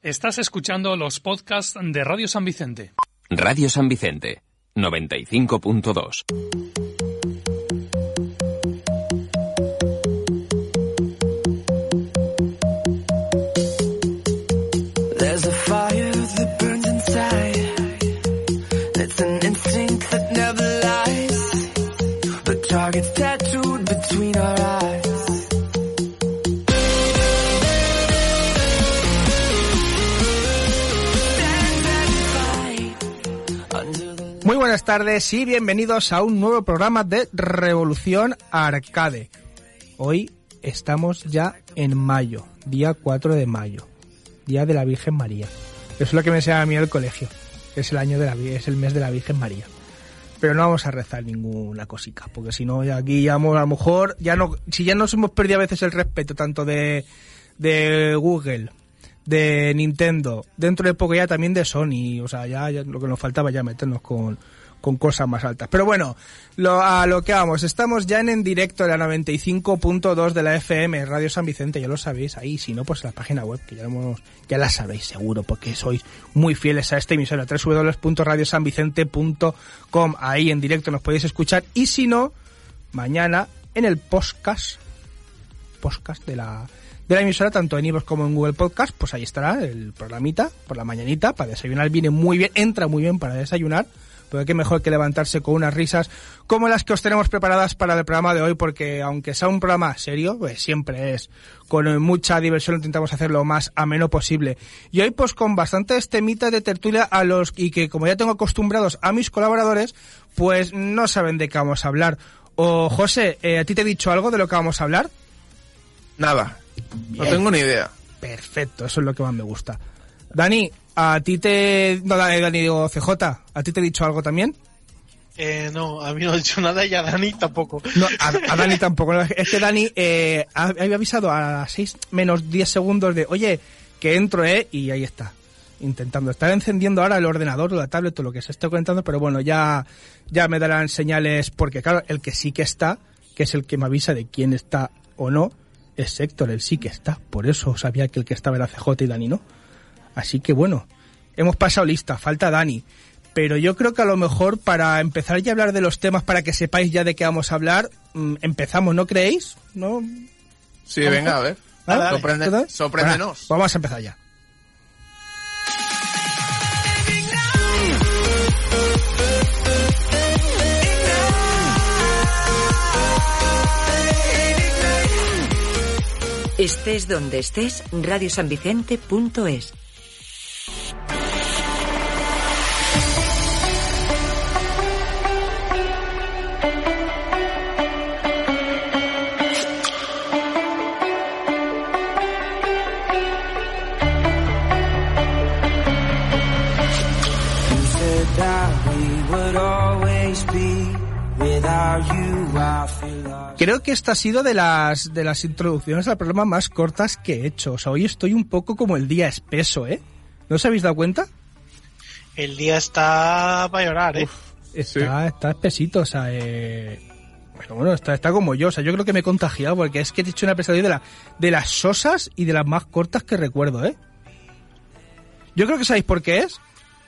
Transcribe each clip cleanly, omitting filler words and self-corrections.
Estás escuchando los podcasts de Radio San Vicente. Radio San Vicente, 95.2. There's a fire that burns inside. It's an instinct that never lies. The target's tattooed between our eyes. Muy buenas tardes y bienvenidos a un nuevo programa de Revolución Arcade. Hoy estamos ya en mayo, día 4 de mayo, día de la Virgen María. Eso es lo que me enseñaba a mí en el colegio. Es el año de es el mes de la Virgen María. Pero no vamos a rezar ninguna cosica, porque si no, aquí ya a lo mejor si ya nos hemos perdido a veces el respeto tanto de Google, de Nintendo, dentro de poco ya también de Sony, o sea, ya lo que nos faltaba ya meternos con cosas más altas. Pero bueno, a lo que vamos, estamos ya en directo en la 95.2 de la FM, Radio San Vicente, ya lo sabéis, ahí, si no, pues en la página web, que ya la sabéis seguro, porque sois muy fieles a esta emisora, www.radiosanvicente.com, ahí en directo nos podéis escuchar, y si no, mañana en el podcast de la emisora, tanto en iVoox como en Google Podcast, pues ahí estará el programita por la mañanita, para desayunar viene muy bien, entra muy bien para desayunar, pero qué mejor que levantarse con unas risas como las que os tenemos preparadas para el programa de hoy, porque aunque sea un programa serio, pues siempre es con mucha diversión, intentamos hacer lo más ameno posible. Y hoy pues con bastantes temitas de tertulia y que como ya tengo acostumbrados a mis colaboradores, pues no saben de qué vamos a hablar. O José, ¿a ti te he dicho algo de lo que vamos a hablar? Nada. Bien. No tengo ni idea. Perfecto, eso es lo que más me gusta. Dani, Dani digo CJ, ¿a ti te he dicho algo también? No, a mí no he dicho nada y a Dani tampoco. No, a Dani tampoco. Es que Dani había avisado a las 6 menos 10 segundos de, oye, que entro, y ahí está, intentando. Estar encendiendo ahora el ordenador o la tablet o lo que se esté conectando, pero bueno, ya me darán señales, porque claro, el que sí que está, que es el que me avisa de quién está o no, es Héctor, él sí que está. Por eso sabía que el que estaba era CJ y Dani no. Así que bueno, hemos pasado lista, falta Dani. Pero yo creo que a lo mejor para empezar ya a hablar de los temas, para que sepáis ya de qué vamos a hablar, empezamos, ¿no creéis? ¿No? Sí, venga, a ver. Sorpréndenos. Bueno, vamos a empezar ya. Estés donde estés, radiosanvicente.es. Creo que esta ha sido de las introducciones al programa más cortas que he hecho. O sea, hoy estoy un poco como el día espeso, ¿eh? ¿No os habéis dado cuenta? El día está para llorar, ¿eh? Está espesito, o sea, bueno, está como yo. O sea, yo creo que me he contagiado porque es que he hecho una pesadilla de las sosas y de las más cortas que recuerdo, ¿eh? Yo creo que sabéis por qué es.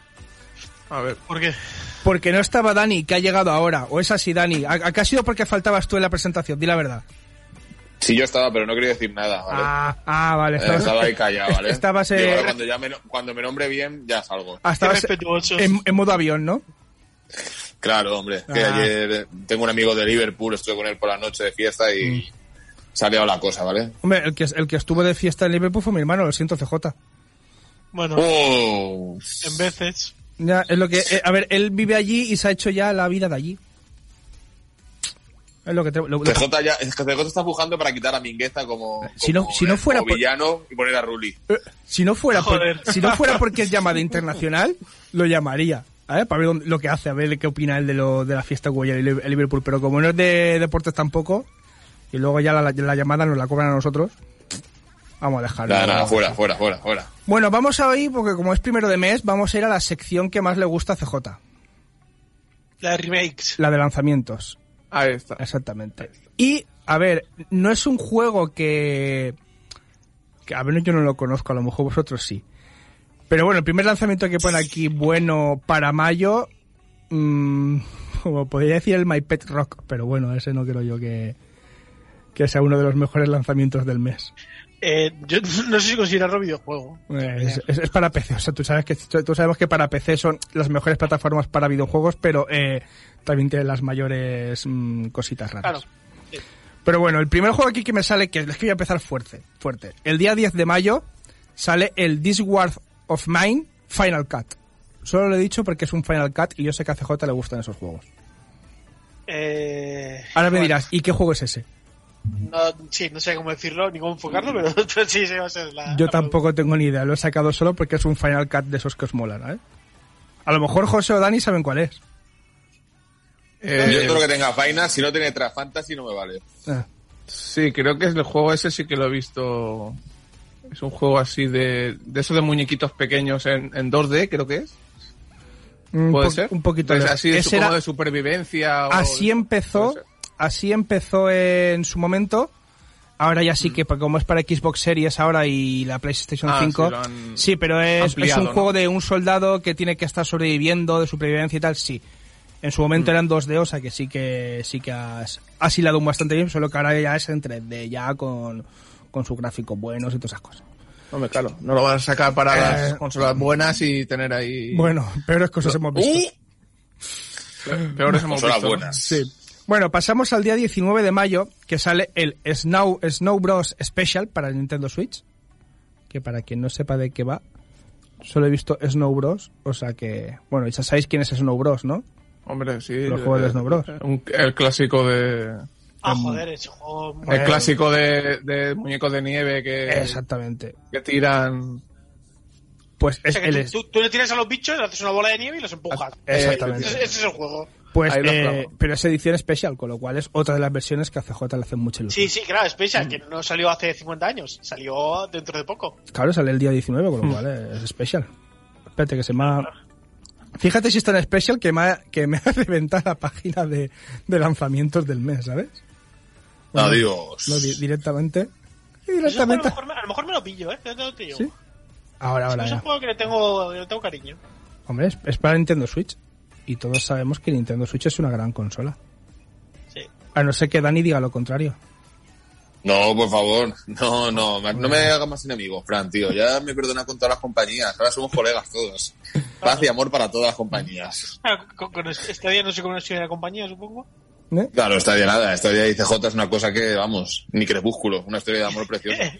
A ver. ¿Por qué? Porque no estaba Dani, que ha llegado ahora. ¿O es así, Dani? ¿A qué ha sido porque faltabas tú en la presentación? Di la verdad. Sí, yo estaba, pero no quería decir nada, ¿vale? Vale. Estaba ahí callado, ¿vale? Estabas cuando me nombre bien, ya salgo. Estabas en modo avión, ¿no? Claro, hombre. Que ayer tengo un amigo de Liverpool, estuve con él por la noche de fiesta y se ha liado la cosa, ¿vale? Hombre, el que estuvo de fiesta en Liverpool fue mi hermano, lo siento, CJ. Bueno, en veces... Ya, es lo que... a ver, él vive allí y se ha hecho ya la vida de allí. Es lo que... CJ está empujando para quitar a Mingueza como villano y poner a Rulli. Si no fuera porque es llamada internacional, lo llamaría. Para ver lo que hace, a ver qué opina él de la fiesta que el Liverpool. Pero como no es de deportes tampoco, y luego ya la llamada nos la cobran a nosotros... Vamos a dejarlo. Nada, fuera. Bueno, vamos a ir, porque como es primero de mes, vamos a ir a la sección que más le gusta a CJ. La de remakes. La de lanzamientos. Ahí está. Exactamente. Y, a ver, no es un juego que a ver, yo no lo conozco, a lo mejor vosotros sí. Pero bueno, el primer lanzamiento que pone aquí bueno para mayo, como podría decir el My Pet Rock, pero bueno, ese no creo yo que sea uno de los mejores lanzamientos del mes. Yo no sé si considerarlo videojuego. Es para PC, o sea, tú sabes que para PC son las mejores plataformas para videojuegos, pero también tienen las mayores cositas raras. Claro. Pero bueno, el primer juego aquí que me sale, que es que voy a empezar fuerte. El día 10 de mayo sale el This War of Mine Final Cut. Solo lo he dicho porque es un Final Cut y yo sé que a CJ le gustan esos juegos. Ahora me dirás, ¿y qué juego es ese? No sé cómo decirlo ni cómo enfocarlo, pero sí, va a ser Yo tampoco tengo ni idea, lo he sacado solo porque es un Final Cut de esos que os molan, ¿eh? A lo mejor José o Dani saben cuál es. Yo todo lo que tenga Final, si no tiene Tra Fantasy no me vale. Sí, creo que es el juego ese, sí que lo he visto. Es un juego así de esos de muñequitos pequeños en 2D, creo que es. ¿Puede ser? Un poquito. Entonces, así como de supervivencia. Así empezó en su momento. Ahora ya sí que, como es para Xbox Series ahora y la PlayStation 5. Sí, pero es un juego de un soldado que tiene que estar sobreviviendo, de supervivencia y tal, sí. En su momento eran 2D, o sea que sí que has hilado bastante bien, solo que ahora ya es en 3D, ya con sus gráficos buenos y todas esas cosas. Hombre, claro, no lo van a sacar para las consolas buenas y tener ahí... Bueno, peores cosas hemos visto. Peores hemos visto. Buenas. Sí. Bueno, pasamos al día 19 de mayo, que sale el Snow Bros. Special para el Nintendo Switch, que para quien no sepa de qué va, solo he visto Snow Bros, o sea que... Bueno, ya sabéis quién es Snow Bros, ¿no? Hombre, sí. Los juegos de Snow Bros. El clásico de... joder, ese juego... El clásico de muñecos de nieve que... Exactamente. Que tiran... Pues o sea, que tú le tiras a los bichos, le haces una bola de nieve y los empujas. Exactamente. Ese es el juego. Pues, pero es edición especial, con lo cual es otra de las versiones que a CJ le hacen mucha ilusión. Sí, claro, especial, que no salió hace 50 años, salió dentro de poco. Claro, sale el día 19, con lo cual es especial. Espérate que se me ha... Fíjate si está en Special que me ha reventado la página de lanzamientos del mes, ¿sabes? Bueno, Adiós. No, directamente. A lo mejor me lo pillo, ¿eh? ¿Sí? Ahora. Es un juego que le tengo cariño. Hombre, es para Nintendo Switch. Y todos sabemos que Nintendo Switch es una gran consola. Sí. A no ser que Dani diga lo contrario. No, por favor. No me hagas más enemigos, Fran, tío. Ya me perdona con todas las compañías. Ahora somos colegas todos. Paz y amor para todas las compañías. Con este día no sé cómo es la compañía, supongo. Claro, Stadia nada. Stadia y CJ es una cosa que, vamos, ni Crepúsculo. Una historia de amor preciosa.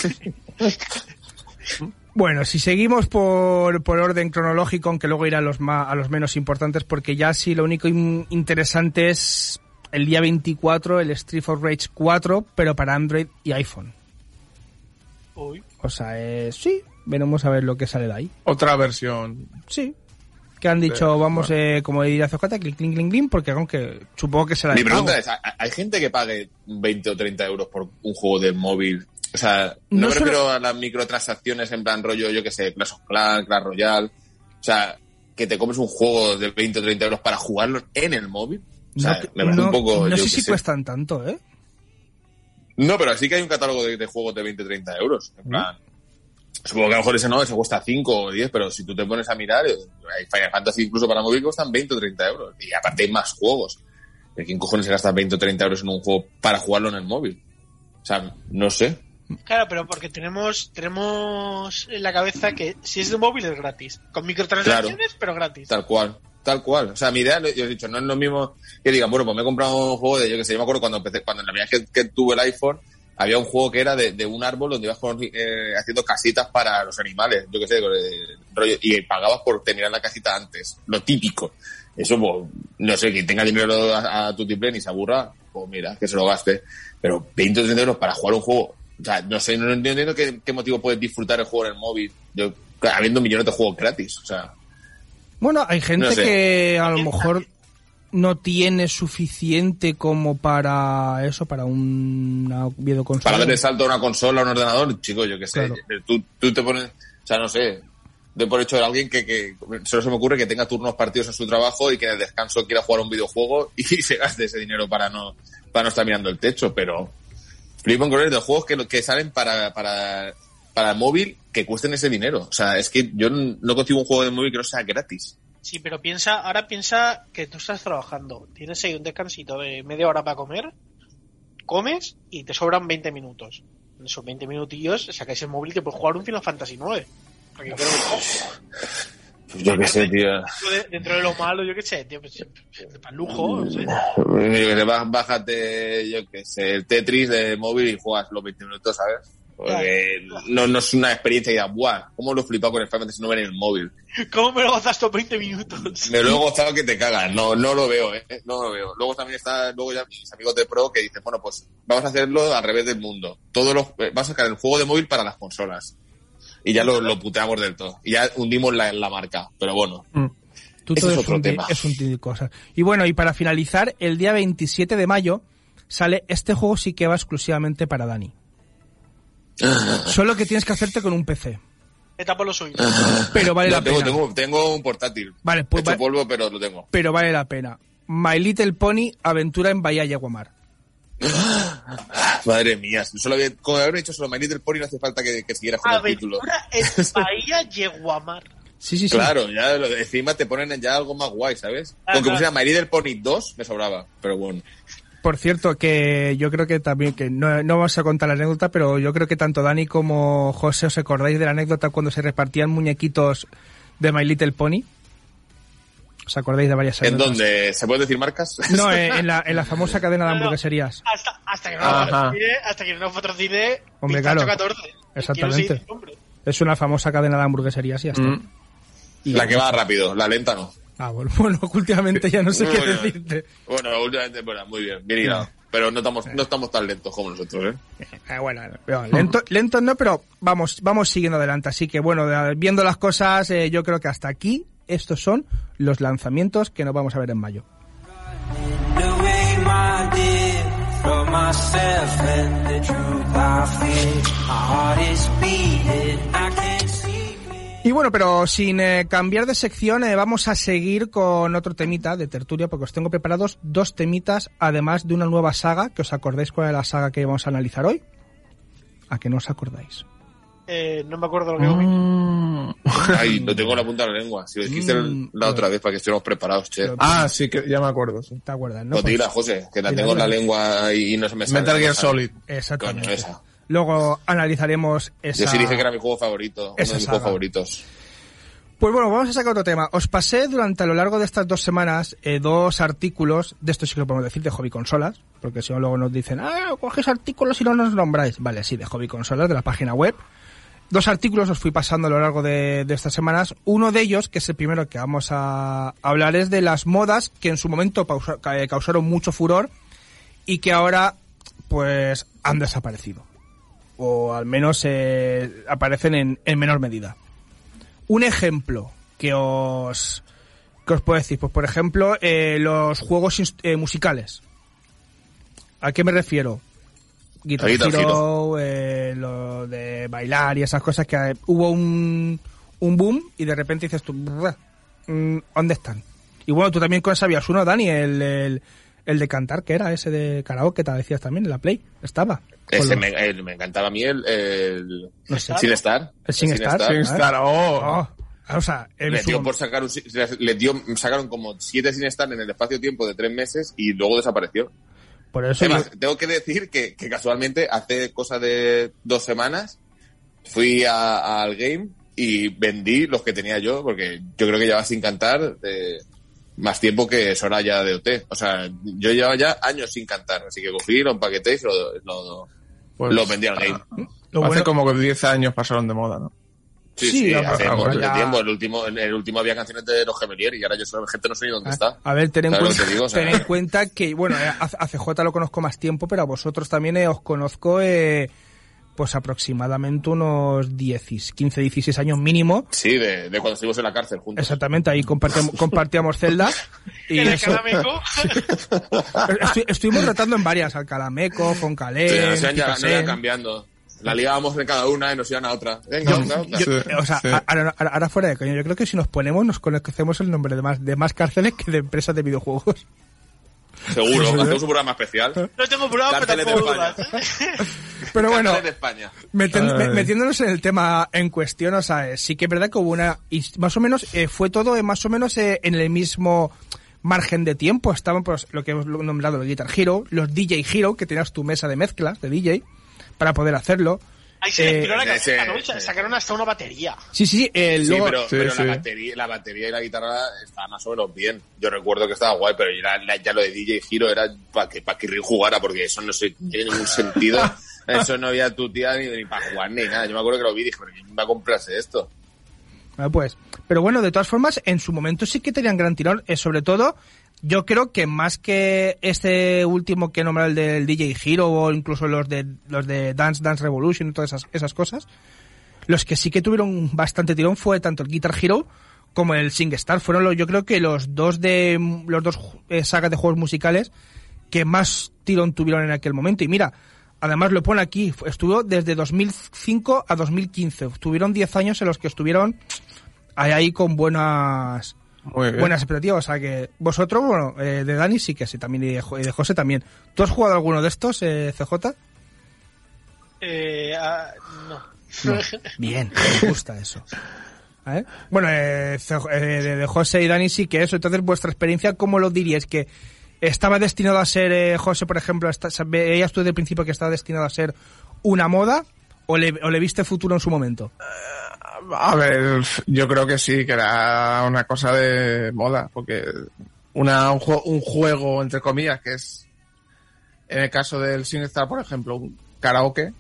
Bueno, si seguimos por orden cronológico, aunque luego iré a los menos importantes, porque ya sí lo único interesante es el día 24 el Street of Rage 4, pero para Android y iPhone. Uy. O sea, sí, veremos a ver lo que sale de ahí. Otra versión. Sí. Que han dicho, vamos, como diría CJ, clic, clic, clic, clic, porque aunque supongo que será... Mi pregunta es, ¿hay gente que pague 20 o 30 euros por un juego de móvil? O sea, no me refiero a las microtransacciones en plan rollo, yo que sé, Clash of Clans, Clash Royale. O sea, que te compres un juego de 20 o 30 euros para jugarlo en el móvil. O sea, me parece un poco... No sé si cuestan tanto, ¿eh? No, pero sí que hay un catálogo de juegos de 20 o 30 euros. En plan, supongo que a lo mejor ese cuesta 5 o 10, pero si tú te pones a mirar, hay Final Fantasy incluso para móvil que cuestan 20 o 30 euros. Y aparte hay más juegos. ¿Quién cojones se gasta 20 o 30 euros en un juego para jugarlo en el móvil? O sea, no sé. Claro, pero porque tenemos en la cabeza que si es de móvil es gratis. Con microtransacciones, claro, pero gratis. Tal cual. O sea, mi idea, yo he dicho, no es lo mismo que digan, bueno, pues me he comprado un juego de, yo que sé, yo me acuerdo cuando en la primera vez que tuve el iPhone, había un juego que era de un árbol donde ibas haciendo casitas para los animales, yo que sé, rollo, y pagabas por terminar la casita antes. Lo típico. Eso, pues, no sé, quien tenga dinero a Tutiplén y se aburra, pues mira, que se lo gaste. Pero 20 o 30 euros para jugar un juego, o sea, no sé, no entiendo qué motivo puedes disfrutar el juego en el móvil, habiendo millones de juegos gratis, o sea. Bueno, hay gente que a lo mejor no tiene suficiente como para eso, para una videoconsola. Para darle salto a una consola, a un ordenador, chico, yo qué sé. Claro. Tú te pones, o sea, no sé, doy por hecho de alguien que solo se me ocurre que tenga turnos partidos en su trabajo y que en el descanso quiera jugar un videojuego y se gaste ese dinero para no estar mirando el techo, pero flipo en colores de juegos que salen para para el móvil que cuesten ese dinero. O sea, es que yo no consigo un juego de móvil que no sea gratis. Sí, pero piensa que tú estás trabajando, tienes ahí un descansito de media hora para comer, comes y te sobran 20 minutos. En esos 20 minutillos sacáis el móvil y te puedes jugar un Final Fantasy 9. Porque creo que yo qué sé, tío. Dentro de lo malo, yo qué sé, tío, pues, para lujo, no sé. Bájate, yo qué sé, el Tetris de móvil y juegas los 20 minutos, ¿sabes? Porque no es una experiencia que digas, ¡buah! ¿Cómo lo he flipado con el Final Fantasy 9 en el móvil? ¿Cómo me lo gozas estos 20 minutos? Me lo he gozado que te cagas. No lo veo, no lo veo. Luego también está, ya mis amigos de Pro que dicen, bueno, pues vamos a hacerlo al revés del mundo. Vamos a sacar el juego de móvil para las consolas. Y ya lo puteamos del todo. Y ya hundimos la marca. Pero bueno. Ese es otro tema. Es un tipo de cosas. Y bueno, y para finalizar, el día 27 de mayo sale este juego, sí que va exclusivamente para Dani. Solo que tienes que hacerte con un PC. Me tapo los oídos. Pero vale la pena. Tengo un portátil. Vale, pues hecho polvo, pero lo tengo. Pero vale la pena. My Little Pony, aventura en Bahía Yaguamar. Madre mía, como haber hecho solo My Little Pony no hace falta que siguieras con el título. Aventura en Bahía Yaguamar. Sí. Claro, ya encima te ponen ya algo más guay, ¿sabes? Con que pusiera My Little Pony 2 me sobraba, pero bueno. Por cierto, que yo creo que también, que no vamos a contar la anécdota, pero yo creo que tanto Dani como José os acordáis de la anécdota cuando se repartían muñequitos de My Little Pony. ¿Os acordáis de varias anécdotas? ¿En dónde? ¿Se puede decir marcas? No, en la famosa cadena de hamburgueserías. Hasta que no nos patrocine. Hombre, claro. 14. Exactamente. Es una famosa cadena de hamburgueserías y ya está. La que va rápido, la lenta no. Ah, bueno, últimamente ya no sé qué decirte. Bueno, últimamente, muy bien hilado. Pero no estamos tan lentos como nosotros, Bueno, lentos no, pero vamos siguiendo adelante. Así que bueno, viendo las cosas, yo creo que hasta aquí estos son los lanzamientos que nos vamos a ver en mayo. Y bueno, pero sin cambiar de sección, vamos a seguir con otro temita de tertulia, porque os tengo preparados 2 temitas, además de una nueva saga, que os acordáis cuál es la saga que vamos a analizar hoy. ¿A que no os acordáis? No me acuerdo lo que vi. Ay, lo tengo en la punta de la lengua. Si lo dijiste la otra vez para que estuviéramos preparados, che. Sí, que ya me acuerdo. Sí. ¿Te acuerdas, no? Pues tira, José, que la tengo en la lengua y no se me sale. Metal Gear Solid. Exactamente. Coño, esa. Luego analizaremos esa... Yo sí dije que era mi juego favorito, uno de mis juegos favoritos. Pues bueno, vamos a sacar otro tema. Os pasé durante a lo largo de estas 2 semanas 2 artículos, de esto sí que lo podemos decir, de Hobby Consolas, porque si no luego nos dicen, cogéis artículos y no nos nombráis. Vale, sí, de Hobby Consolas, de la página web. 2 artículos os fui pasando a lo largo de estas semanas. Uno de ellos, que es el primero que vamos a hablar, es de las modas que en su momento causaron mucho furor y que ahora pues han desaparecido. O al menos aparecen en menor medida. Un ejemplo que os puedo decir, pues por ejemplo, los juegos musicales. ¿A qué me refiero? Guitar Hero, lo de bailar y esas cosas, que hubo un boom y de repente dices tú, ¿dónde están? Y bueno, tú también sabías uno, Dani, el de cantar, que era ese de karaoke, te decías también, en la Play, estaba. Ese me encantaba a mí el SingStar. El SingStar. O sea, sacaron como 7 SingStar en el espacio-tiempo de 3 meses y luego desapareció. Por eso además, tengo que decir que casualmente hace cosa de 2 semanas fui al game y vendí los que tenía yo, porque yo creo que llevaba sin cantar más tiempo que Soraya de OT. O sea, yo llevaba ya años sin cantar, así que cogí, lo empaqueté y lo vendí al game. Hace como 10 años pasaron de moda, ¿no? Sí, hace mucho tiempo. En el último había canciones de los Gemelier y ahora yo gente no sé ni dónde está. A ver, ten en cuenta que, bueno, a CJ lo conozco más tiempo, pero a vosotros también os conozco pues aproximadamente unos 15, 16 años mínimo. Sí, de cuando estuvimos en la cárcel juntos. Exactamente, ahí compartíamos celda. Y ¿en el Calameco? Estuvimos rotando en varias, Alcalameco, Foncalé... Sí, nos iban cambiando. La ligábamos en cada una y nos iban a otra. Venga, ahora fuera de coño, yo creo que si nos ponemos nos conocemos el nombre de más cárceles que de empresas de videojuegos. Seguro, hacemos un programa especial. No tengo programa, pero tampoco dudas. Pero bueno, de España. metiéndonos en el tema en cuestión, o sea, sí que es verdad que hubo una... Y más o menos, fue todo más o menos en el mismo margen de tiempo. Estaban pues lo que hemos nombrado, los Guitar Hero, los DJ Hero, que tenías tu mesa de mezclas de DJ para poder hacerlo. Ahí se les tiró la cabeza, ¿no? Sacaron hasta una batería. Sí, luego... pero la batería y la guitarra estaban más o menos bien. Yo recuerdo que estaba guay, pero ya lo de DJ Hero era para que Ryu jugara, porque eso no tiene ningún sentido. Eso no había tu tía ni para jugar ni nada. Yo me acuerdo que lo vi y dije, pero ¿quién va a comprarse esto? Pues, pero bueno, de todas formas, en su momento sí que tenían gran tirón, sobre todo... Yo creo que más que este último que nombra el del DJ Hero o incluso los de Dance Revolution y todas esas cosas, los que sí que tuvieron bastante tirón fue tanto el Guitar Hero como el SingStar. Fueron yo creo que los dos sagas de juegos musicales que más tirón tuvieron en aquel momento. Y mira, además lo pone aquí, estuvo desde 2005 a 2015. Tuvieron 10 años en los que estuvieron ahí con buenas expectativas. O sea que vosotros, bueno, de Dani sí que sí, también, y de José también. ¿Tú has jugado alguno de estos, CJ? No. Bien, me gusta eso. Bueno, de José y Dani sí que eso. Entonces, vuestra experiencia, ¿cómo lo diríais? ¿Que estaba destinado a ser, José, por ejemplo, veías tú desde el principio que estaba destinado a ser una moda o le viste futuro en su momento? A ver, yo creo que sí, que era una cosa de moda, porque un juego, entre comillas, que es, en el caso del SingStar, por ejemplo, un karaoke.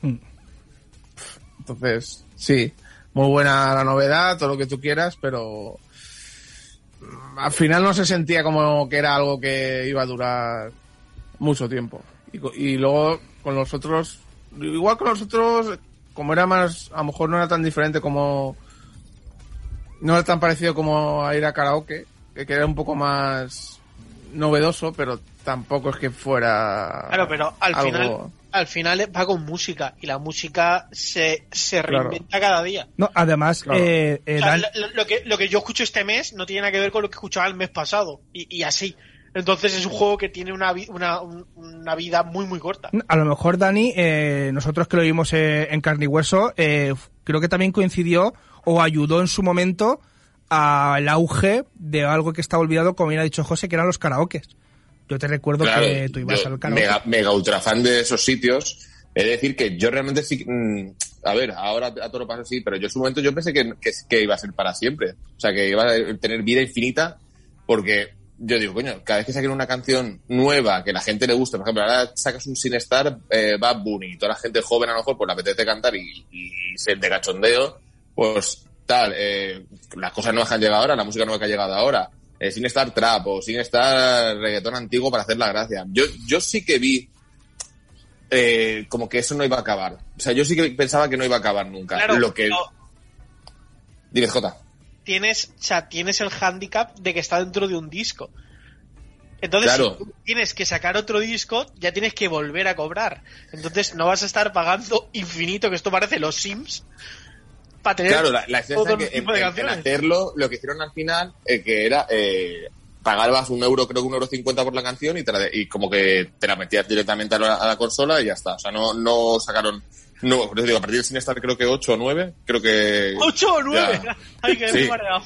Entonces, sí, muy buena la novedad, todo lo que tú quieras, pero al final no se sentía como que era algo que iba a durar mucho tiempo. Y luego, con los otros, como era más, a lo mejor no era tan diferente no era tan parecido como a ir a karaoke, que era un poco más novedoso, pero tampoco es que fuera... Claro, pero al final va con música, y la música se reinventa cada día. No, además, claro. Lo que yo escucho este mes no tiene nada que ver con lo que escuchaba el mes pasado, y así. Entonces es un juego que tiene una vida muy, muy corta. A lo mejor, Dani, nosotros que lo vimos en carne y hueso, creo que también coincidió o ayudó en su momento al auge de algo que estaba olvidado, como bien ha dicho José, que eran los karaokes. Yo te recuerdo que tú ibas al karaoke. Mega ultra fan de esos sitios. Es decir, que yo realmente sí... a ver, ahora a todo lo paso sí, pero yo en su momento yo pensé que iba a ser para siempre. O sea, que iba a tener vida infinita, porque... Yo digo, coño, cada vez que saquen una canción nueva que la gente le guste, por ejemplo, ahora sacas un SingStar, Bad Bunny, y toda la gente joven a lo mejor pues le apetece cantar y ser de cachondeo, pues tal, las cosas nuevas que han llegado ahora, la música nueva que ha llegado ahora, SingStar Trap o SingStar reggaetón antiguo para hacer la gracia. Yo sí que vi como que eso no iba a acabar. O sea, yo sí que pensaba que no iba a acabar nunca. Claro, Dime, Jota. Tienes el hándicap de que está dentro de un disco. Entonces, claro, si tú tienes que sacar otro disco, ya tienes que volver a cobrar. Entonces, no vas a estar pagando infinito, que esto parece los Sims, para tener la esencia que en hacerlo, lo que hicieron al final, que era pagabas €1, creo que €1.50 por la canción y como que te la metías directamente a la consola y ya está. O sea, no sacaron... No, por eso digo, a partir del SingStar creo que 8 o 9, creo que... ¿8 o 9? Ya. Ay, que me he mareado.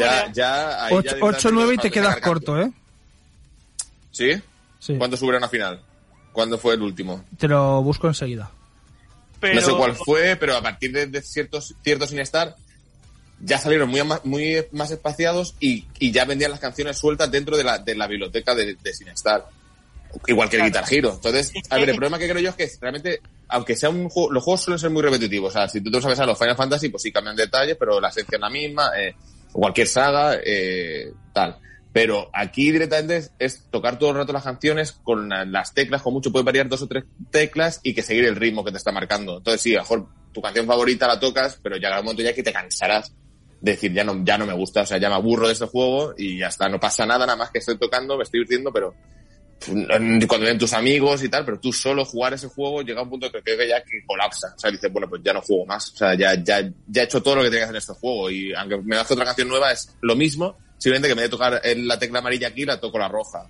8 o 9 y te quedas corto, ¿eh? ¿Sí? Sí. ¿Cuándo subieron a final? ¿Cuándo fue el último? Te lo busco enseguida. No sé cuál fue, pero a partir de ciertos SingStar ya salieron muy más espaciados y ya vendían las canciones sueltas dentro de la biblioteca de SingStar. Igual que el Guitar Hero. Entonces, a ver, el problema que creo yo es que realmente, aunque sea un juego, los juegos suelen ser muy repetitivos. O sea, si tú te sabes a los Final Fantasy, pues sí cambian detalles, pero la esencia es la misma, cualquier saga, tal. Pero aquí directamente es tocar todo el rato las canciones con las teclas, con mucho puedes variar 2 o 3 teclas y que seguir el ritmo que te está marcando. Entonces sí, a lo mejor tu canción favorita la tocas, pero llegará un momento ya que te cansarás de decir, ya no me gusta, o sea, ya me aburro de este juego y ya está, no pasa nada más que estoy tocando, me estoy divirtiendo, pero cuando ven tus amigos y tal, pero tú solo jugar ese juego llega a un punto que creo que ya que colapsa. O sea, dices, bueno, pues ya no juego más. O sea, ya he hecho todo lo que tenía que hacer en este juego y aunque me hace otra canción nueva es lo mismo, simplemente que me voy a tocar la tecla amarilla aquí la toco la roja.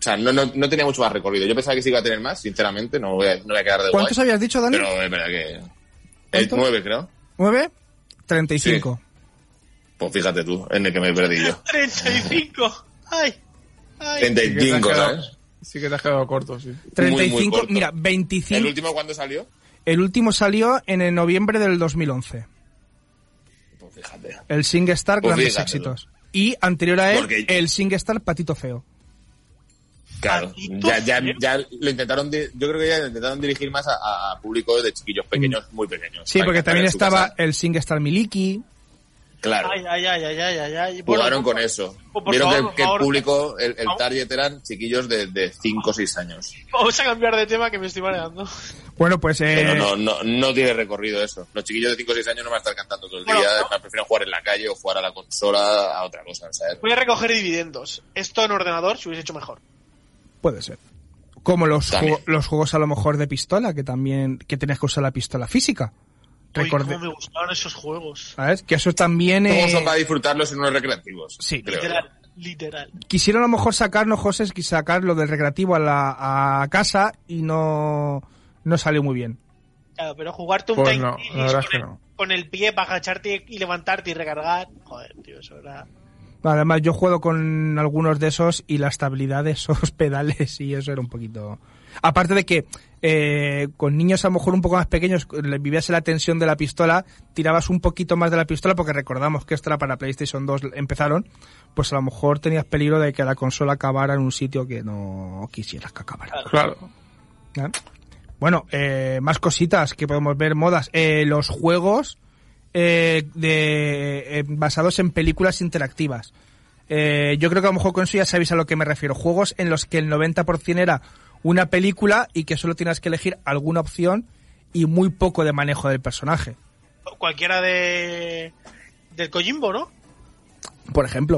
sea, no tenía mucho más recorrido. Yo pensaba que sí iba a tener más, sinceramente, no voy a quedar de ¿Cuántos guay. habías dicho, Dani? Pero es verdad que... El 9, creo. ¿9? 35. Sí. Pues fíjate tú, en el que me he perdido. 35. Ay. 35, ¿sabes? Sí que te has quedado corto, sí. 35, muy corto. mira, 25. ¿El último cuándo salió? El último salió en el noviembre del 2011. Pues fíjate. El SingStar Pues Grandes fíjate, Éxitos. Y anterior a él, Porque- el SingStar Patito Feo. Claro, ya lo intentaron, yo creo que ya lo intentaron dirigir más a público de chiquillos pequeños, muy pequeños. Sí, Para porque cantar también en su estaba casa. el SingStar Miliki. Claro, Ay. jugaron Bueno, con eso. por Vieron favor, que el por favor. público, el Vamos. target eran chiquillos de 5 o 6 años. Vamos a cambiar de tema que me estoy mareando. Bueno, pues Pero no tiene recorrido eso. Los chiquillos de 5 o 6 años no van a estar cantando todo el día, prefieren jugar en la calle o jugar a la consola, a otra cosa, ¿sabes? Voy a recoger dividendos. Esto en ordenador se hubiese hecho mejor. puede ser. Como los También. juegos a lo mejor de pistola, que tenías que usar la pistola física. Uy, cómo me gustaban esos juegos. ¿Sabes? Que eso también... Todos son para disfrutarlos en unos recreativos. Sí. creo yo. Literal. Quisieron a lo mejor sacarnos, José, sacar lo del recreativo a casa y no salió muy bien. Claro, pero jugarte un Pues Time no, Crisis la verdad es que no. con el pie para agacharte y levantarte y recargar. Joder, tío, eso era... Además, yo juego con algunos de esos y la estabilidad de esos pedales y eso era un poquito... Aparte de que con niños a lo mejor un poco más pequeños vivías en la tensión de la pistola, tirabas un poquito más de la pistola porque recordamos que esto era para PlayStation 2 empezaron, pues a lo mejor tenías peligro de que la consola acabara en un sitio que no quisieras que acabara. Claro. ¿Eh? Bueno, más cositas que podemos ver, modas. Los juegos basados en películas interactivas. Yo creo que a lo mejor con eso ya sabéis a lo que me refiero. Juegos en los que el 90% era una película y que solo tienes que elegir alguna opción y muy poco de manejo del personaje. Cualquiera del Kojimbo, ¿no? Por ejemplo.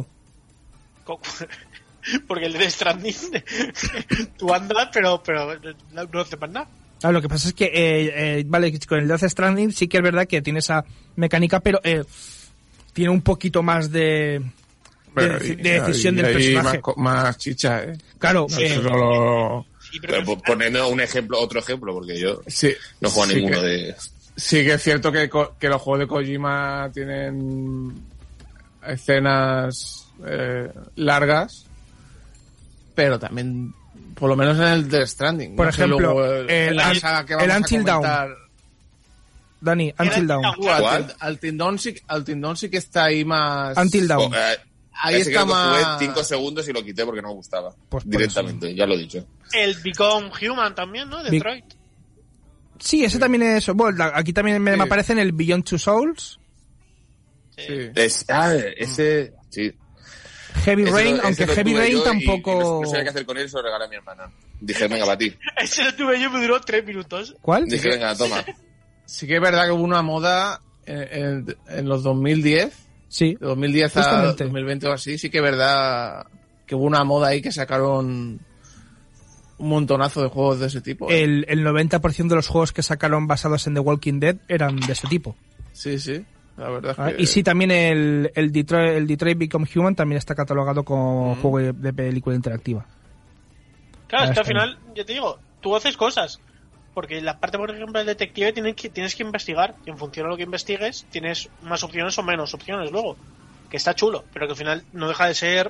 Porque el de Death Stranding tú andas, pero no hace más nada. Ah, lo que pasa es que, vale, con el Death Stranding sí que es verdad que tiene esa mecánica, pero tiene un poquito más de decisión del personaje. Más chicha, ¿eh? Claro, Eso solo... Sí, Pero poniendo otro ejemplo, porque yo Sí, no juego a sí ninguno que- de... Sí que es cierto que los juegos de Kojima tienen escenas largas, pero también, por lo menos en el Death Stranding. Por no sé ejemplo, luego el la saga que vamos a Until Dawn. comentar. Dani, Until Dawn. Until Dawn sí que está ahí más... Until Dawn. Ahí ese está creo que jugué más... 5 segundos y lo quité porque no me gustaba. Pues por directamente, ya lo he dicho. El Become Human también, ¿no? Detroit. Sí, ese también es... Bueno, aquí también me Sí. aparece en el Beyond Two Souls, Sí. Ese... Sí. Heavy Ese Rain, lo- aunque ese lo Heavy tuve Rain yo y tampoco... no sabía qué hacer con él, se lo regalé a mi hermana. Dije, venga, para ti. Ese lo tuve yo, me duró 3 minutos. ¿Cuál? Dije, venga, toma. Sí que es verdad que hubo una moda en los 2010, Sí. de 2010 a Justamente. 2020 o así, sí que es verdad que hubo una moda ahí que sacaron un montonazo de juegos de ese tipo. El 90% de los juegos que sacaron basados en The Walking Dead eran de ese tipo. Sí, sí, la verdad es Ah, que... y sí, también el Detroit Become Human también está catalogado como juego de película interactiva. Claro, es que está al final, yo te digo, tú haces cosas. Porque la parte, por ejemplo, del detective tienes que investigar. Y en función de lo que investigues, tienes más opciones o menos opciones luego. Que está chulo, pero que al final no deja de ser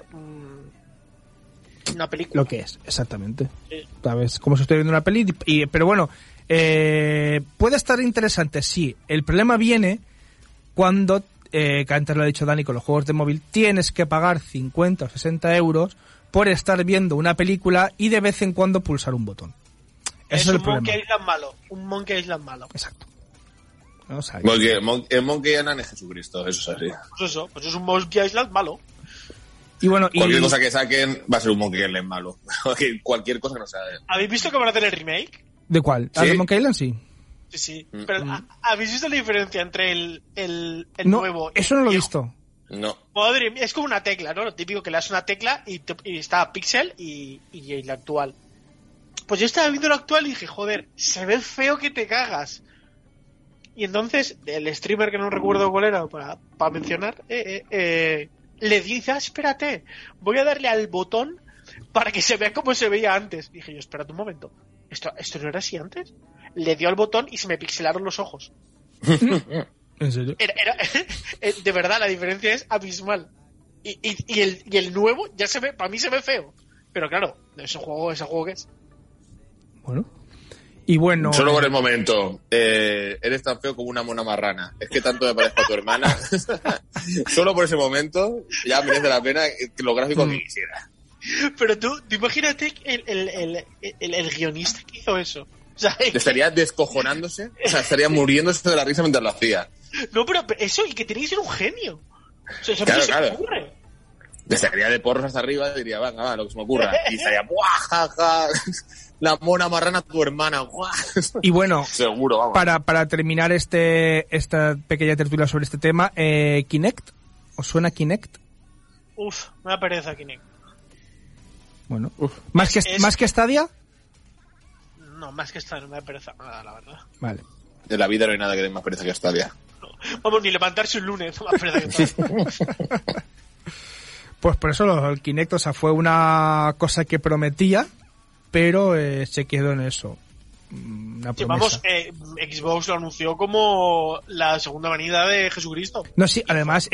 una película. Lo que es, exactamente. Sí. ¿Sabes? Como si estoy viendo una peli. Pero bueno, puede estar interesante, sí. El problema viene cuando, que antes lo ha dicho Dani, con los juegos de móvil, tienes que pagar 50 o 60 euros por estar viendo una película y de vez en cuando pulsar un botón. Ese es el un problema. Monkey Island malo. Un Monkey Island malo. Exacto. O sea, El Monkey Island es Jesucristo, eso es así. Pues es un Monkey Island malo. y bueno, Cualquier cosa que saquen va a ser un Monkey Island malo. Cualquier cosa que no sea... ¿Habéis visto que van a hacer el remake? ¿de cuál? ¿Ah, ¿Sí? de Monkey Island? Sí. Sí, sí. Pero ¿habéis visto la diferencia entre el No, nuevo? eso no lo he viejo? visto. No. Madre mía, es como una tecla, ¿no? Lo típico que le das una tecla y está Pixel y la actual. Pues yo estaba viendo lo actual y dije, joder, se ve feo que te cagas. Y entonces, el streamer que no recuerdo cuál era para mencionar, le dice, espérate, voy a darle al botón para que se vea como se veía antes. Dije yo, espérate un momento, ¿esto no era así antes? Le dio al botón y se me pixelaron los ojos. ¿En serio? De verdad, la diferencia es abismal. Y el nuevo ya se ve, para mí se ve feo. Pero claro, ese juego que es. Bueno. Y bueno... Solo por el momento. Eres tan feo como una mona marrana. Es que tanto me parezco a tu hermana. Solo por ese momento ya merece la pena que los gráficos que quisiera. Pero tú imagínate el guionista que hizo eso. O sea, estaría descojonándose, o sea, estaría muriéndose de la risa mientras lo hacía. No, pero eso, y que tiene que ser un genio. O sea, eso claro, no se claro. me ocurre. Estaría de porros hasta arriba y diría, venga, va, lo que se me ocurra. Y estaría, ¡buah, jaja! La mona marrana tu hermana, ¡buah! Y bueno, seguro, vamos. Para terminar esta pequeña tertulia sobre este tema, ¿Kinect? ¿Os suena Kinect? Uf, me da pereza Kinect. Bueno, ¿Más que Stadia? No, más que Stadia no me da pereza nada, la verdad. Vale. De la vida no hay nada que dé más pereza que Stadia. No. Vamos, ni levantarse un lunes, más pereza que Stadia. Pues por eso el Kinect, o sea, fue una cosa que prometía, pero se quedó en eso. Una promesa. Xbox lo anunció como la segunda venida de Jesucristo. No, sí, además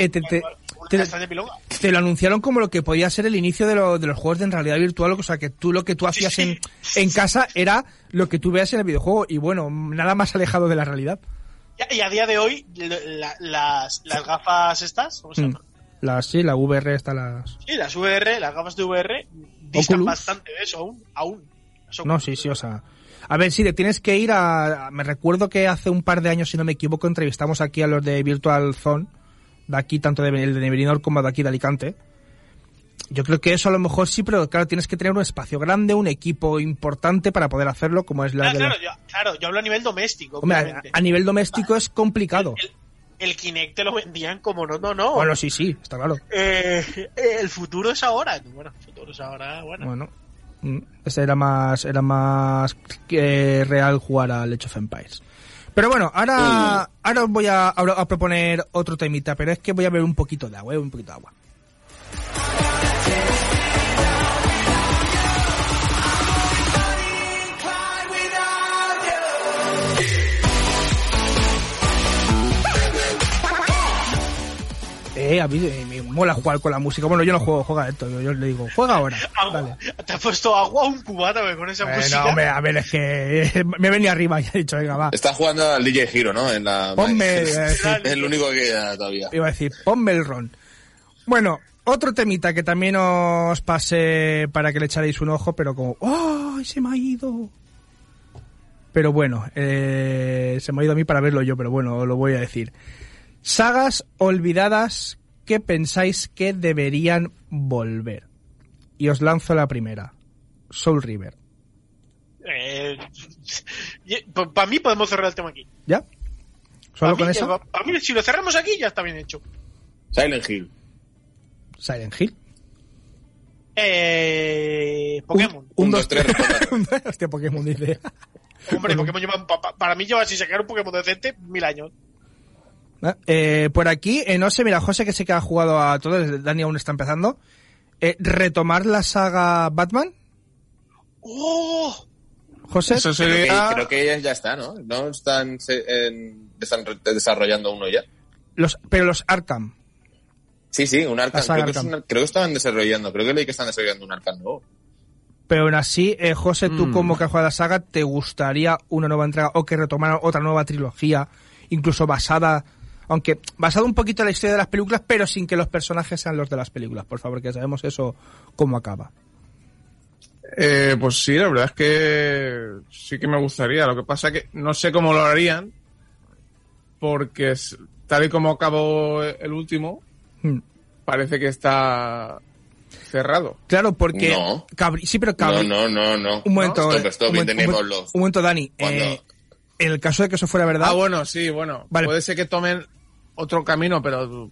te lo anunciaron como lo que podía ser el inicio de los juegos de en realidad virtual, o sea, que lo que tú hacías en casa era lo que tú veas en el videojuego, y bueno, nada más alejado de la realidad. Y a día de hoy, las gafas estas, ¿cómo se llama? La VR está las... Sí, las VR, las gafas de VR distan Oculus. bastante de eso aún. Eso no, sí, o sea... A ver, sí, tienes que ir me recuerdo que hace un par de años, si no me equivoco, entrevistamos aquí a los de Virtual Zone, de aquí, tanto el de Benidorm como de aquí de Alicante. Yo creo que eso a lo mejor sí, pero claro, tienes que tener un espacio grande, un equipo importante para poder hacerlo, como es la... Claro, yo hablo a nivel doméstico. Hombre, a nivel doméstico es complicado. El Kinect te lo vendían como no. Bueno, sí, está claro. El futuro es ahora. Bueno, el futuro es ahora, bueno. Era más real jugar al Age of Empires. Pero bueno, ahora os voy a proponer otro temita, pero es que voy a beber un poquito de agua, A mí me mola jugar con la música. Bueno, yo no juego, juega esto. Yo le digo, juega ahora. Dale. ¿Te has puesto agua o un cubata con esa música? No, hombre, a ver, es que me venía arriba y he dicho, venga, va. Está jugando al DJ Hero, ¿no? Ponme... es el único que queda todavía. Iba a decir, ponme el ron. Bueno, otro temita que también os pasé para que le echaréis un ojo, pero como... ¡Ay, se me ha ido! Pero bueno, se me ha ido a mí para verlo yo, pero bueno, lo voy a decir. Sagas olvidadas que pensáis que deberían volver. Y os lanzo la primera. Soul River. Para mí podemos cerrar el tema aquí. ¿Ya? ¿Solo con eso? Para mí, si lo cerramos aquí, ya está bien hecho. Silent Hill. ¿Silent Hill? Pokémon. 1, 2, 3, Hostia, Pokémon dice. Hombre, Pokémon para mí lleva sin sacar un Pokémon decente 1000 años. Por aquí, no sé, mira, José, que sé que ha jugado a todo, Dani aún está empezando. ¿Retomar la saga Batman? ¡Oh! José. Eso sería... Creo que ellas ya están, ¿no? ¿No están desarrollando uno ya? Pero los Arkham. Sí, un Arkham. Creo que estaban desarrollando. Creo que leí que están desarrollando un Arkham nuevo. Pero aún así, José, tú como que has jugado a la saga, ¿te gustaría una nueva entrega o que retomaran otra nueva trilogía, incluso basada un poquito en la historia de las películas, pero sin que los personajes sean los de las películas, por favor, que sabemos eso cómo acaba? Pues sí, la verdad es que sí que me gustaría. Lo que pasa es que no sé cómo lo harían, porque tal y como acabó el último, parece que está cerrado. Claro, porque... No. Sí, pero No. Un momento, Stop, un momento, Dani. En el caso de que eso fuera verdad... Bueno, sí, bueno. Vale. Puede ser que tomen otro camino, pero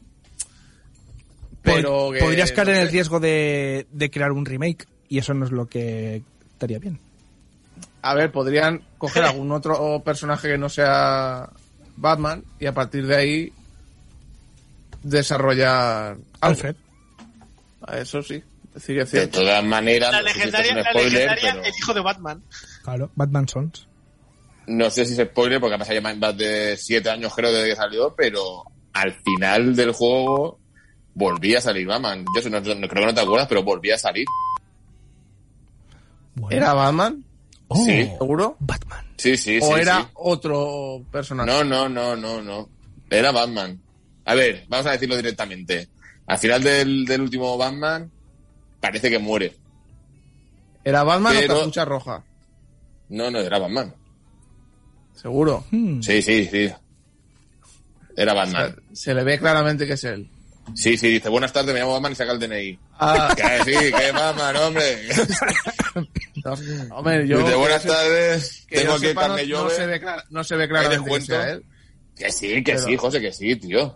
podrías caer en el riesgo de crear un remake, y eso no es lo que estaría bien. A ver, podrían coger algún otro personaje que no sea Batman y a partir de ahí desarrollar Alfred. Eso sí, Sí que es De cierto. todas maneras, La no sé si esto es legendaria, un spoiler, pero el hijo de Batman. Claro, Batman Sons. no sé si es spoiler porque ha pasado ya más de 7 años creo desde que salió, pero al final del juego volvía a salir Batman. Yo no creo que no te acuerdas, pero volvía a salir. Bueno. ¿Era Batman? Oh, Sí. ¿Seguro? Batman. Sí, sí, ¿O sí. era sí. otro personaje? No. Era Batman. A ver, vamos a decirlo directamente. Al final del último Batman parece que muere. ¿Era Batman Pero- o Capucha Roja? No, era Batman. ¿Seguro? Sí. Era Batman. Se le ve claramente que es él. Sí, dice, buenas tardes, me llamo Batman y saca el DNI. Ah, Que sí, que Batman, hombre. no, hombre, yo... Dice, buenas tardes, que tengo yo aquí sepa, carne no Jove. se ve claramente que descuento. sea él. Que sí, Pero- José, que sí, tío.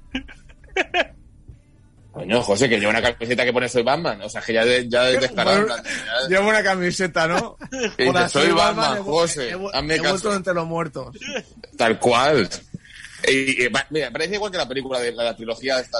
Coño, José, que lleva una camiseta que pone soy Batman. O sea, que ya es descarado. en plan de- ya- Lleva una camiseta, ¿no? Que dice, Hola, soy Batman, he vu- José, hazme he vuelto caso. entre los muertos. Tal cual. Mira, parece igual que la película de la trilogía esta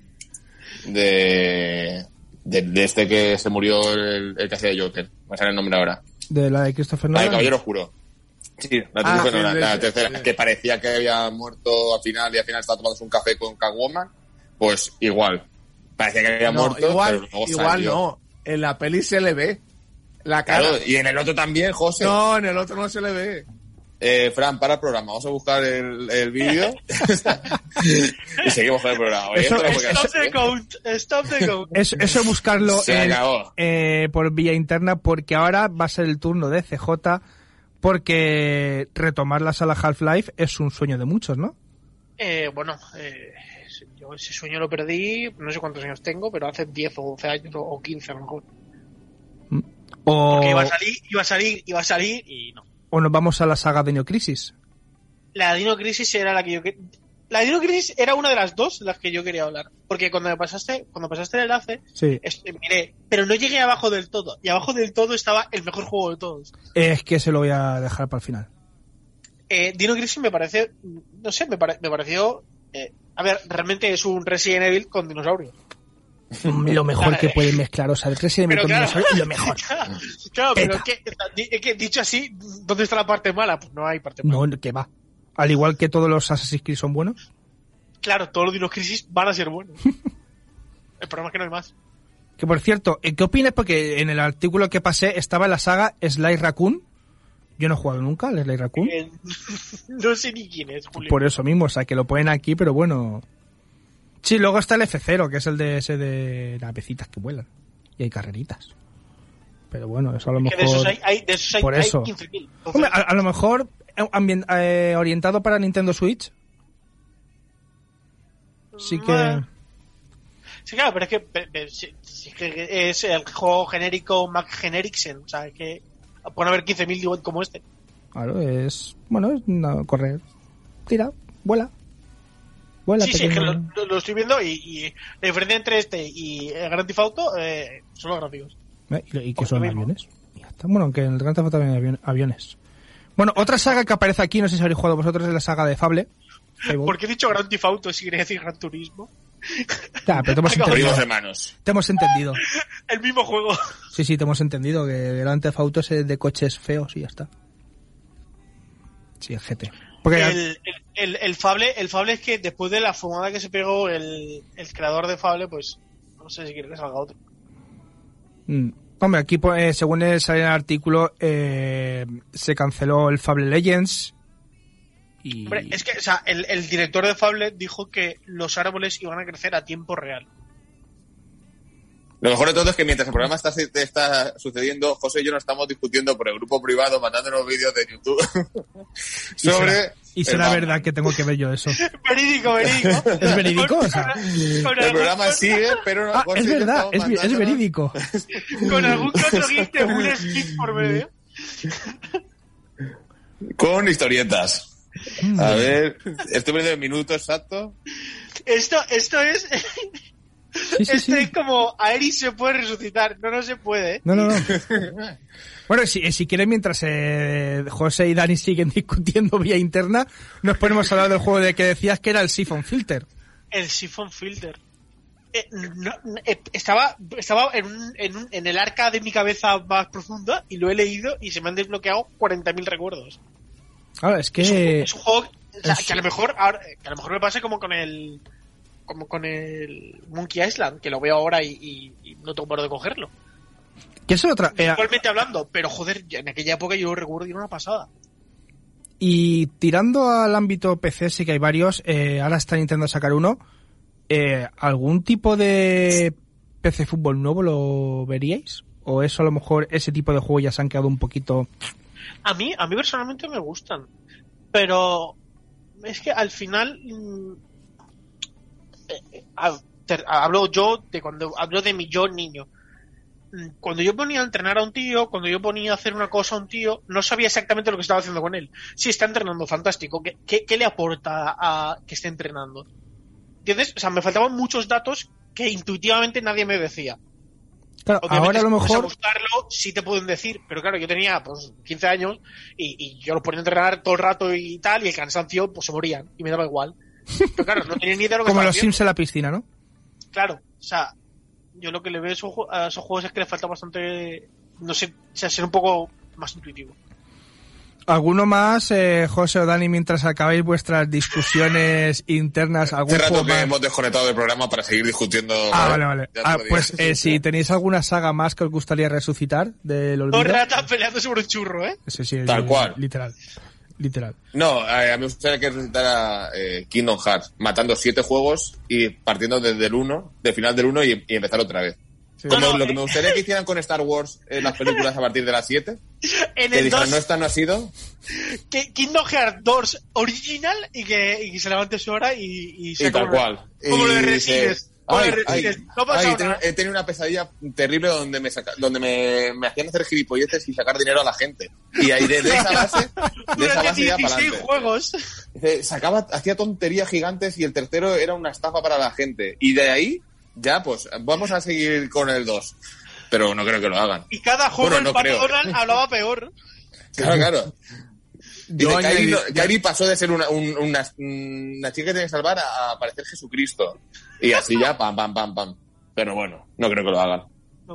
de este que se murió el que hacía de Joker. Me sale el nombre ahora. De la de Christopher La de Nolan. Caballero Oscuro. Sí, la, Ah, tercera, sí, la sí, tercera, sí. que parecía que había muerto al final y al final estaba tomándose un café con Catwoman. Pues igual. Parecía que había No, muerto, pero igual luego salió. no. En la peli se le ve la cara. Claro, y en el otro también, José. No, en el otro no se le ve. Fran, para el programa. Vamos a buscar el vídeo y seguimos con el programa. ¿Vale? Eso- Esto lo voy a Stop hacer. the count. Stop the count. Eso es buscarlo Se acabó. por vía interna, porque ahora va a ser el turno de CJ, porque retomar la sala Half-Life es un sueño de muchos, ¿no? Bueno, yo ese sueño lo perdí, no sé cuántos años tengo, pero hace 10 o 11 años o 15 a lo mejor. O, Porque iba a salir y no. o nos vamos a la saga de Neo Crisis. La Dino Crisis era la que yo La Dino Crisis era una de las dos de las que yo quería hablar. Porque cuando pasaste el enlace, Sí. miré, pero no llegué abajo del todo. Y abajo del todo estaba el mejor juego de todos. Es que se lo voy a dejar para el final. Dino Crisis me parece, no sé, me pareció, a ver, realmente es un Resident Evil con dinosaurios. Lo mejor que pueden mezclar, o sea, el Resident Evil Pero con claro. dinosaurio, lo mejor. Claro, pero Peta. es que dicho así, ¿dónde está la parte mala? Pues no hay parte mala. No, que va. Al igual que todos los Assassin's Creed son buenos. Claro, todos los Dino Crisis van a ser buenos. El problema es que no hay más. Que por cierto, ¿qué opinas? Porque en el artículo que pasé estaba la saga Sly Raccoon. Yo no he jugado nunca al Sly Raccoon. No sé ni quién es, Julio. Por eso mismo, o sea, que lo ponen aquí, pero bueno. Sí, luego está el F0, que es el de ese de navecitas que vuelan. Y hay carreritas. Pero bueno, eso a lo Que mejor... de esos hay, por hay eso. 15.000. Hombre, a lo mejor orientado para Nintendo Switch. Sí que... Sí, claro, pero es que es el juego genérico Mac Genericsen, o sea, es que pueden haber 15.000 como este. Claro, es... Bueno, es correr. Tira, vuela. Vuela, Sí, sí, es que pequeño. lo estoy viendo y la diferencia entre este y el Grand Theft Auto son los gráficos. ¿Y qué Pues son lo mismo. aviones? Y ya está. Bueno, aunque en el Grand Theft Auto también hay aviones. Bueno, otra saga que aparece aquí, no sé si habréis jugado vosotros, es la saga de Fable. ¿Por qué he dicho Grand Theft Auto si quería decir Gran Turismo? Ya, pero te hemos Acabo- entendido. Primos hermanos. Te hemos entendido. El mismo juego. Sí, te hemos entendido que el Grand Theft Auto es de coches feos y ya está. Sí, el GT. Porque El Fable es que después de la fumada que se pegó el creador de Fable, pues no sé si quiere que salga otro. Hombre, aquí según sale en el artículo se canceló el Fable Legends y... Hombre, es que, o sea, el director de Fable dijo que los árboles iban a crecer a tiempo real. Lo mejor de todo es que mientras el programa está sucediendo, José y yo nos estamos discutiendo por el grupo privado, mandándonos vídeos de YouTube sobre... Y será verdad que tengo que ver yo eso. Verídico. ¿Es verídico? O sea, El programa sigue, pero... ah, José es y yo verdad, estamos es mandándonos- verídico. Con algún que otro gif de Will Smith por medio. Con historietas. A ver, estoy poniendo el minuto exacto. Esto es... Sí, Esto es como Aerys se puede resucitar. No se puede. No. Bueno, si quieres, mientras José y Dani siguen discutiendo vía interna, nos ponemos a hablar del juego de que decías que era el Siphon Filter. El Siphon Filter. estaba en el arca de mi cabeza más profunda y lo he leído y se me han desbloqueado 40.000 recuerdos. Ahora, es que... Es un juego que a lo mejor me pase como con el Monkey Island, que lo veo ahora y no tengo por de cogerlo. ¿Qué es otra? Igualmente hablando, pero joder, en aquella época yo lo recuerdo y era una pasada. Y tirando al ámbito PC, sí que hay varios. Ahora está intentando sacar uno. ¿Algún tipo de PC fútbol nuevo lo veríais? ¿O eso a lo mejor ese tipo de juegos ya se han quedado un poquito...? A mí personalmente me gustan. Pero es que al final... hablo yo de cuando hablo de mi yo niño. Cuando yo ponía a entrenar a un tío, cuando yo ponía a hacer una cosa a un tío, no sabía exactamente lo que estaba haciendo con él. Sí, está entrenando, fantástico. ¿Qué le aporta a que esté entrenando? ¿Entiendes? O sea, me faltaban muchos datos que intuitivamente nadie me decía. Claro, obviamente, ahora a lo mejor... a buscarlo sí te pueden decir, pero claro, yo tenía pues 15 años y yo los ponía a entrenar todo el rato y tal, y el cansancio pues se morían, y me daba igual. Pero claro, no tenía ni idea de lo que Como estaba los haciendo. Sims en la piscina, ¿no? Claro, o sea, yo lo que le veo a esos juegos es que le falta bastante, no sé, o sea, ser un poco más intuitivo. ¿Alguno más, José o Dani, mientras acabáis vuestras discusiones internas? ¿Algún Hace rato juego que más? hemos desconectado del programa para seguir discutiendo. Vale. Ya te lo digo. Pues si tenéis alguna saga más que os gustaría resucitar del olvido. Dos ratas peleando sobre un churro, ¿eh? Sí, Tal cual. Literal. No, a mí me gustaría que resucitara Kingdom Hearts, matando 7 juegos y partiendo desde el 1, del final del 1 y empezar otra vez. Sí. Como lo que me gustaría que hicieran con Star Wars en las películas a partir de las 7. En Que el dijeran, 2, no, esta no ha sido. que Kingdom Hearts 2 original y que se levante su hora y sea Y tal como, cual. como lo de Y Resines. No pasa nada. he tenido una pesadilla terrible donde me hacían hacer gilipolleces y sacar dinero a la gente. Y ahí de esa base Durante ya para 16 adelante. juegos. Hacía tonterías gigantes y el tercero era una estafa para la gente. Y de ahí, ya pues, vamos a seguir con el 2. Pero no creo que lo hagan. Y cada juego Bueno, el no creo. Donald hablaba peor. Claro. Y Yo Kairi pasó de ser una chica que tiene que salvar a parecer Jesucristo. Y así ya, pam. Pero bueno, no creo que lo hagan.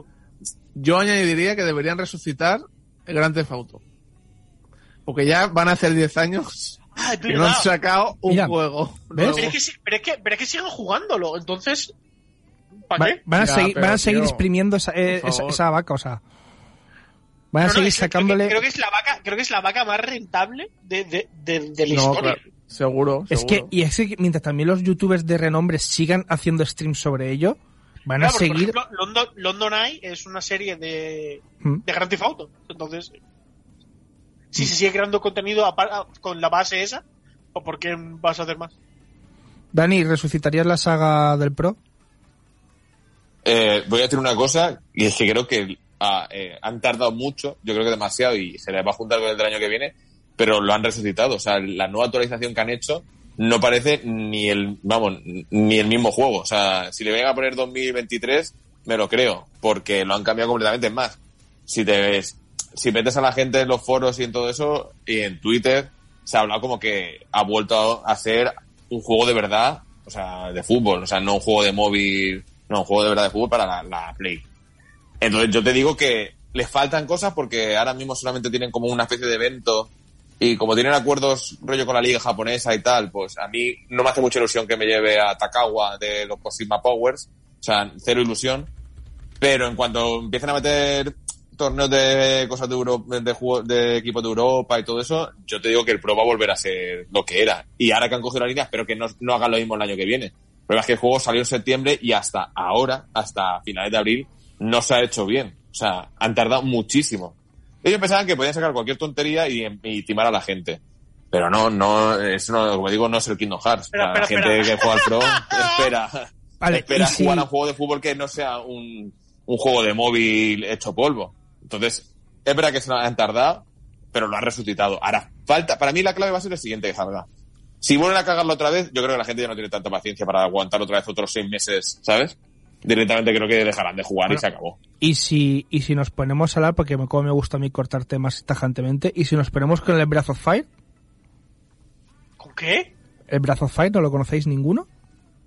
Yo añadiría que deberían resucitar el Grand Theft Auto. Porque ya van a hacer 10 años Ah, es que no verdad. han sacado un Mira, juego. ¿ves? nuevo. Pero es que sigan jugándolo. Entonces, ¿para qué? Van a Ya, seguir, pero, van a seguir tío, exprimiendo por favor. esa vaca, o sea. Van a No, seguir es que sacándole... creo que es la vaca más rentable de la No, historia. claro, seguro. Es que mientras también los youtubers de renombre sigan haciendo streams sobre ello, van a Claro, porque, seguir... por ejemplo, London Eye es una serie de Grand Theft Auto. Entonces, si se sigue creando contenido con la base esa, ¿o por qué vas a hacer más? Dani, ¿resucitarías la saga del Pro? Voy a decir una cosa, y es que creo que han tardado mucho, yo creo que demasiado, y se les va a juntar con el del año que viene, pero lo han resucitado. O sea, la nueva actualización que han hecho no parece ni el mismo juego. O sea, si le vengan a poner 2023, me lo creo, porque lo han cambiado completamente. Es más, si metes a la gente en los foros y en todo eso, y en Twitter, se ha hablado como que ha vuelto a hacer un juego de verdad, o sea, de fútbol, o sea, no un juego de móvil, no, un juego de verdad de fútbol para la Play. Entonces yo te digo que les faltan cosas porque ahora mismo solamente tienen como una especie de evento y como tienen acuerdos rollo con la liga japonesa y tal, pues a mí no me hace mucha ilusión que me lleve a Takawa de los Sigma Powers, o sea, cero ilusión, pero en cuanto empiecen a meter torneos de cosas de Europa, de equipos de Europa y todo eso, yo te digo que el Pro va a volver a ser lo que era. Y ahora que han cogido la línea, espero que no hagan lo mismo el año que viene. El problema es que el juego salió en septiembre y hasta ahora, hasta finales de abril, no se ha hecho bien. O sea, han tardado muchísimo. Ellos pensaban que podían sacar cualquier tontería y timar a la gente. Pero eso no, como digo, no es el Kingdom Hearts. Espera. La gente que juega al Pro Vale, espera y si- jugar a un juego de fútbol que no sea un juego de móvil hecho polvo. Entonces, es verdad que se han tardado, pero lo han resucitado. Ahora, para mí la clave va a ser el siguiente, salga. Si vuelven a cagarlo otra vez, yo creo que la gente ya no tiene tanta paciencia para aguantar otra vez otros 6 meses, ¿sabes? Directamente creo que dejarán de jugar y se acabó. Y si nos ponemos a hablar, porque como me gusta a mí cortar temas tajantemente, y si nos ponemos con el Breath of Fire, ¿Con qué? ¿el Breath of Fire no lo conocéis ninguno?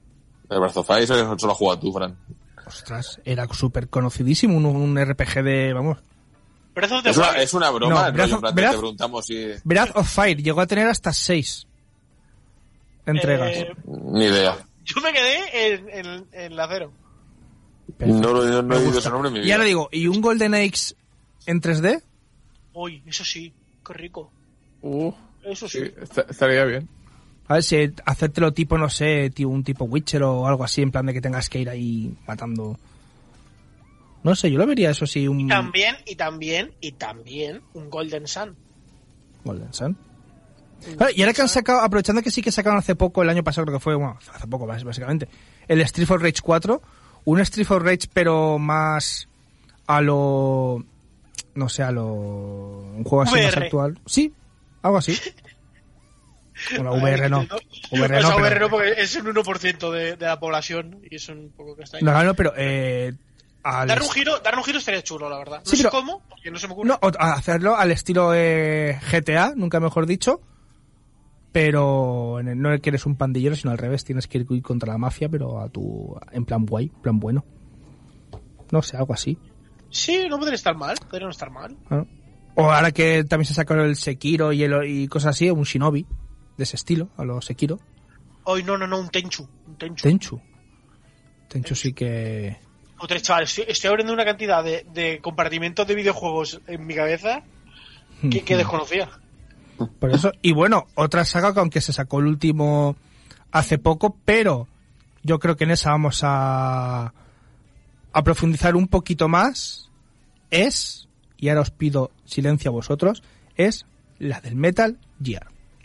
El Breath of Fire, eso lo has jugado tú, Fran. Ostras, era súper conocidísimo, un RPG de, vamos... Breath of the Es Wild. es una broma, No, Breath ¿no? of- Te Breath- preguntamos si... Breath of Fire llegó a tener hasta 6 entregas. Ni idea. Yo me quedé en la 0. No he Me oído gusta. ese nombre en mi Y vida. ahora digo, ¿y un Golden Axe en 3D? Uy, eso sí, qué rico. Eso Sí, sí. estaría bien. A ver si hacértelo tipo, no sé, un tipo Witcher o algo así, en plan de que tengas que ir ahí matando. No sé, yo lo vería eso sí, un También un Golden Sun. Golden Sun. Vale, y ahora que han sacado, aprovechando que sí que sacaron hace poco, el año pasado creo que fue, bueno, hace poco básicamente, el Street for Rage 4, un Street for Rage pero más a lo, no sé, a lo, un juego así más VR. actual. Sí, algo así. Bueno, VR no. VR O sea, no, VR pero, no, porque es un 1% de la población y es un poco que está ahí. no, pero Darle un giro estaría chulo, la verdad. No Sí, sé pero- cómo, porque no se me ocurre. No, hacerlo al estilo GTA, nunca mejor dicho. Pero no que eres un pandillero, sino al revés, tienes que ir contra la mafia, pero en plan guay, en plan bueno. No sé, algo así. Sí, no podría estar mal, podría no estar mal. ¿No? O ahora que también se sacó el Sekiro y cosas así, un Shinobi de ese estilo, a los Sekiro. Hoy no, un Tenchu. Tenchu sí que... Otra, chaval, estoy abriendo una cantidad de compartimentos de videojuegos en mi cabeza que desconocía. Por eso, y bueno, otra saga que aunque se sacó el último hace poco, pero yo creo que en esa vamos a profundizar un poquito más, es, y ahora os pido silencio a vosotros, es la del Metal Gear.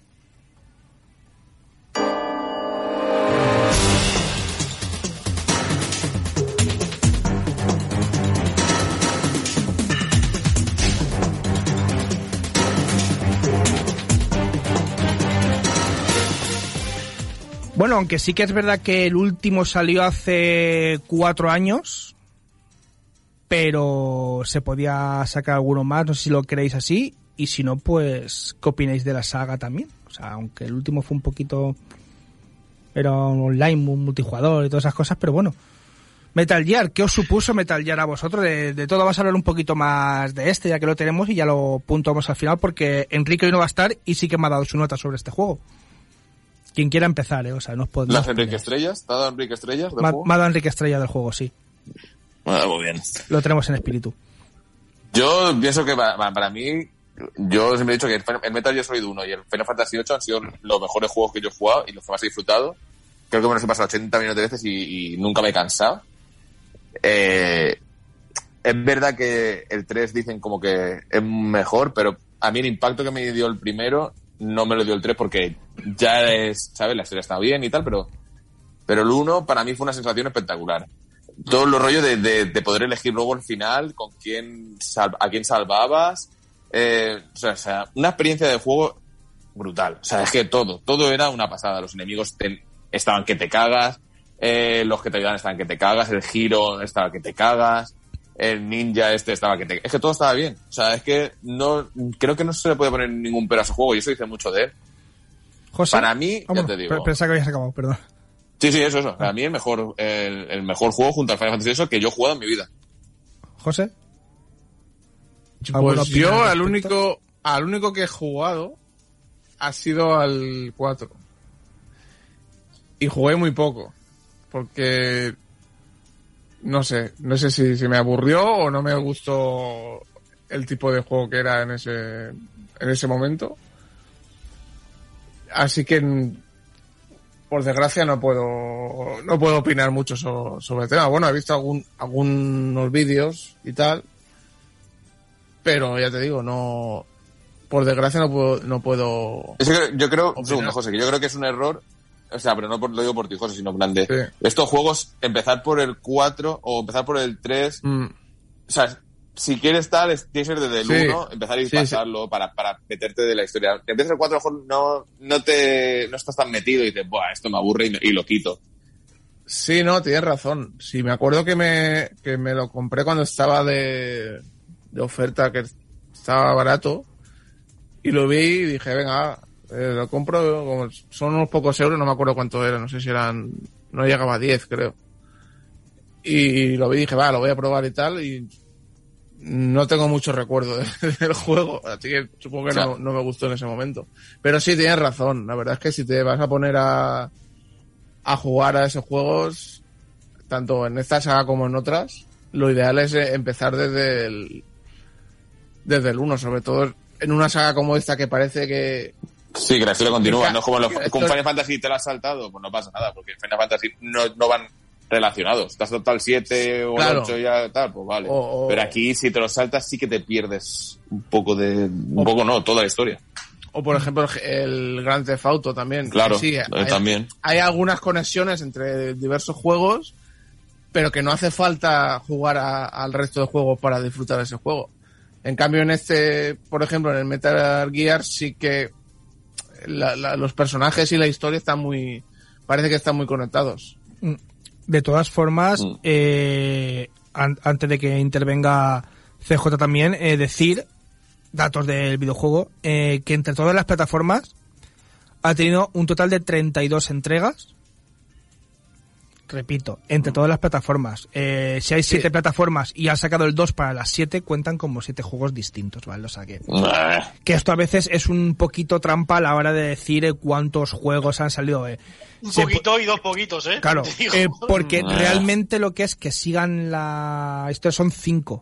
Bueno, aunque sí que es verdad que el último salió hace 4 años, pero se podía sacar alguno más, no sé si lo queréis así, y si no, pues, ¿qué opináis de la saga también? O sea, aunque el último fue un poquito... era online, un multijugador y todas esas cosas, pero bueno. Metal Gear, ¿qué os supuso Metal Gear a vosotros? De todo vamos a hablar un poquito más de este, ya que lo tenemos, y ya lo puntuamos al final, porque Enrique hoy no va a estar y sí que me ha dado su nota sobre este juego. Quien quiera empezar, o sea, no os puedo... ¿Las Enrique Estrellas? ¿Te ha dado Enrique Estrellas del Me juego? ha dado Enrique Estrella del juego, sí. Muy bien. Lo tenemos en espíritu. Yo pienso que para mí, yo siempre he dicho que el Metal Gear Solid 1 y el Final Fantasy 8 han sido los mejores juegos que yo he jugado y los que más he disfrutado. Creo que me los he pasado 80 millones de veces y nunca me he cansado. Es verdad que el 3 dicen como que es mejor, pero a mí el impacto que me dio el primero no me lo dio el 3 porque ya es, ¿sabes? La historia está bien y tal, pero el 1 para mí fue una sensación espectacular. Todos los rollos de poder elegir luego el final, con a quién salvabas, o sea, una experiencia de juego brutal. O sea, es que todo era una pasada. Los enemigos estaban que te cagas, los que te ayudan estaban que te cagas, el giro estaba que te cagas, el ninja estaba que te... Es que todo estaba bien. O sea, es que creo que no se le puede poner ningún pero a ese juego y eso dice mucho de él. José, Para mí, ya te digo. Pensaba que habías acabado, perdón. Sí, eso. Para mí el mejor juego junto al Final Fantasy VIII que yo he jugado en mi vida. José. Pues yo al único que he jugado ha sido al 4. Y jugué muy poco. Porque no sé si me aburrió o no me gustó el tipo de juego que era en ese momento. Así que por desgracia no puedo opinar mucho sobre el tema. Bueno, he visto algunos vídeos y tal, pero ya te digo, no, por desgracia no puedo. Es que yo creo, opinar. un segundo, José, que yo creo que es un error, o sea, pero no lo digo por ti, José, sino en plan de Sí. estos juegos, empezar por el 4 o empezar por el 3, o sea, si quieres tal, tiene que ser desde el Sí. 1, empezar y Sí, pasarlo para meterte de la historia. Empiezas el 4, a lo mejor no estás tan metido y dices, buah, esto me aburre y lo quito. Sí, no, tienes razón. Sí, me acuerdo que me lo compré cuando estaba de oferta, que estaba barato, y lo vi y dije, venga, lo compro, como son unos pocos euros, no me acuerdo cuánto era, no sé si eran No llegaba a 10, creo. Y lo vi y dije, va, lo voy a probar y tal, y no tengo mucho recuerdo del juego, así que supongo que no me gustó en ese momento. Pero sí, tienes razón, la verdad es que si te vas a poner a jugar a esos juegos, tanto en esta saga como en otras, lo ideal es empezar desde el 1, sobre todo en una saga como esta que parece que... Sí, que la historia continúa, no es como con Final Fantasy te la has saltado, pues no pasa nada, porque Final Fantasy no van relacionados. Te has saltado el 7 o el 8 ya tal, pues vale. Pero aquí si te lo saltas sí que te pierdes un poco toda la historia. O por ejemplo el Grand Theft Auto también. Claro, sí, también. Hay algunas conexiones entre diversos juegos, pero que no hace falta jugar al resto de juegos para disfrutar de ese juego. En cambio en este, por ejemplo, en el Metal Gear sí que los personajes y la historia parece que están muy conectados. De todas formas, antes de que intervenga CJ también, decir datos del videojuego, que entre todas las plataformas ha tenido un total de 32 entregas. Repito, entre todas las plataformas. Si hay 7 plataformas y han sacado el 2 para las 7, cuentan como 7 juegos distintos, ¿vale? O sea que esto a veces es un poquito trampa a la hora de decir cuántos juegos han salido. Un poquito y 2 poquitos, ¿eh? Claro, porque realmente lo que es que sigan estos son 5.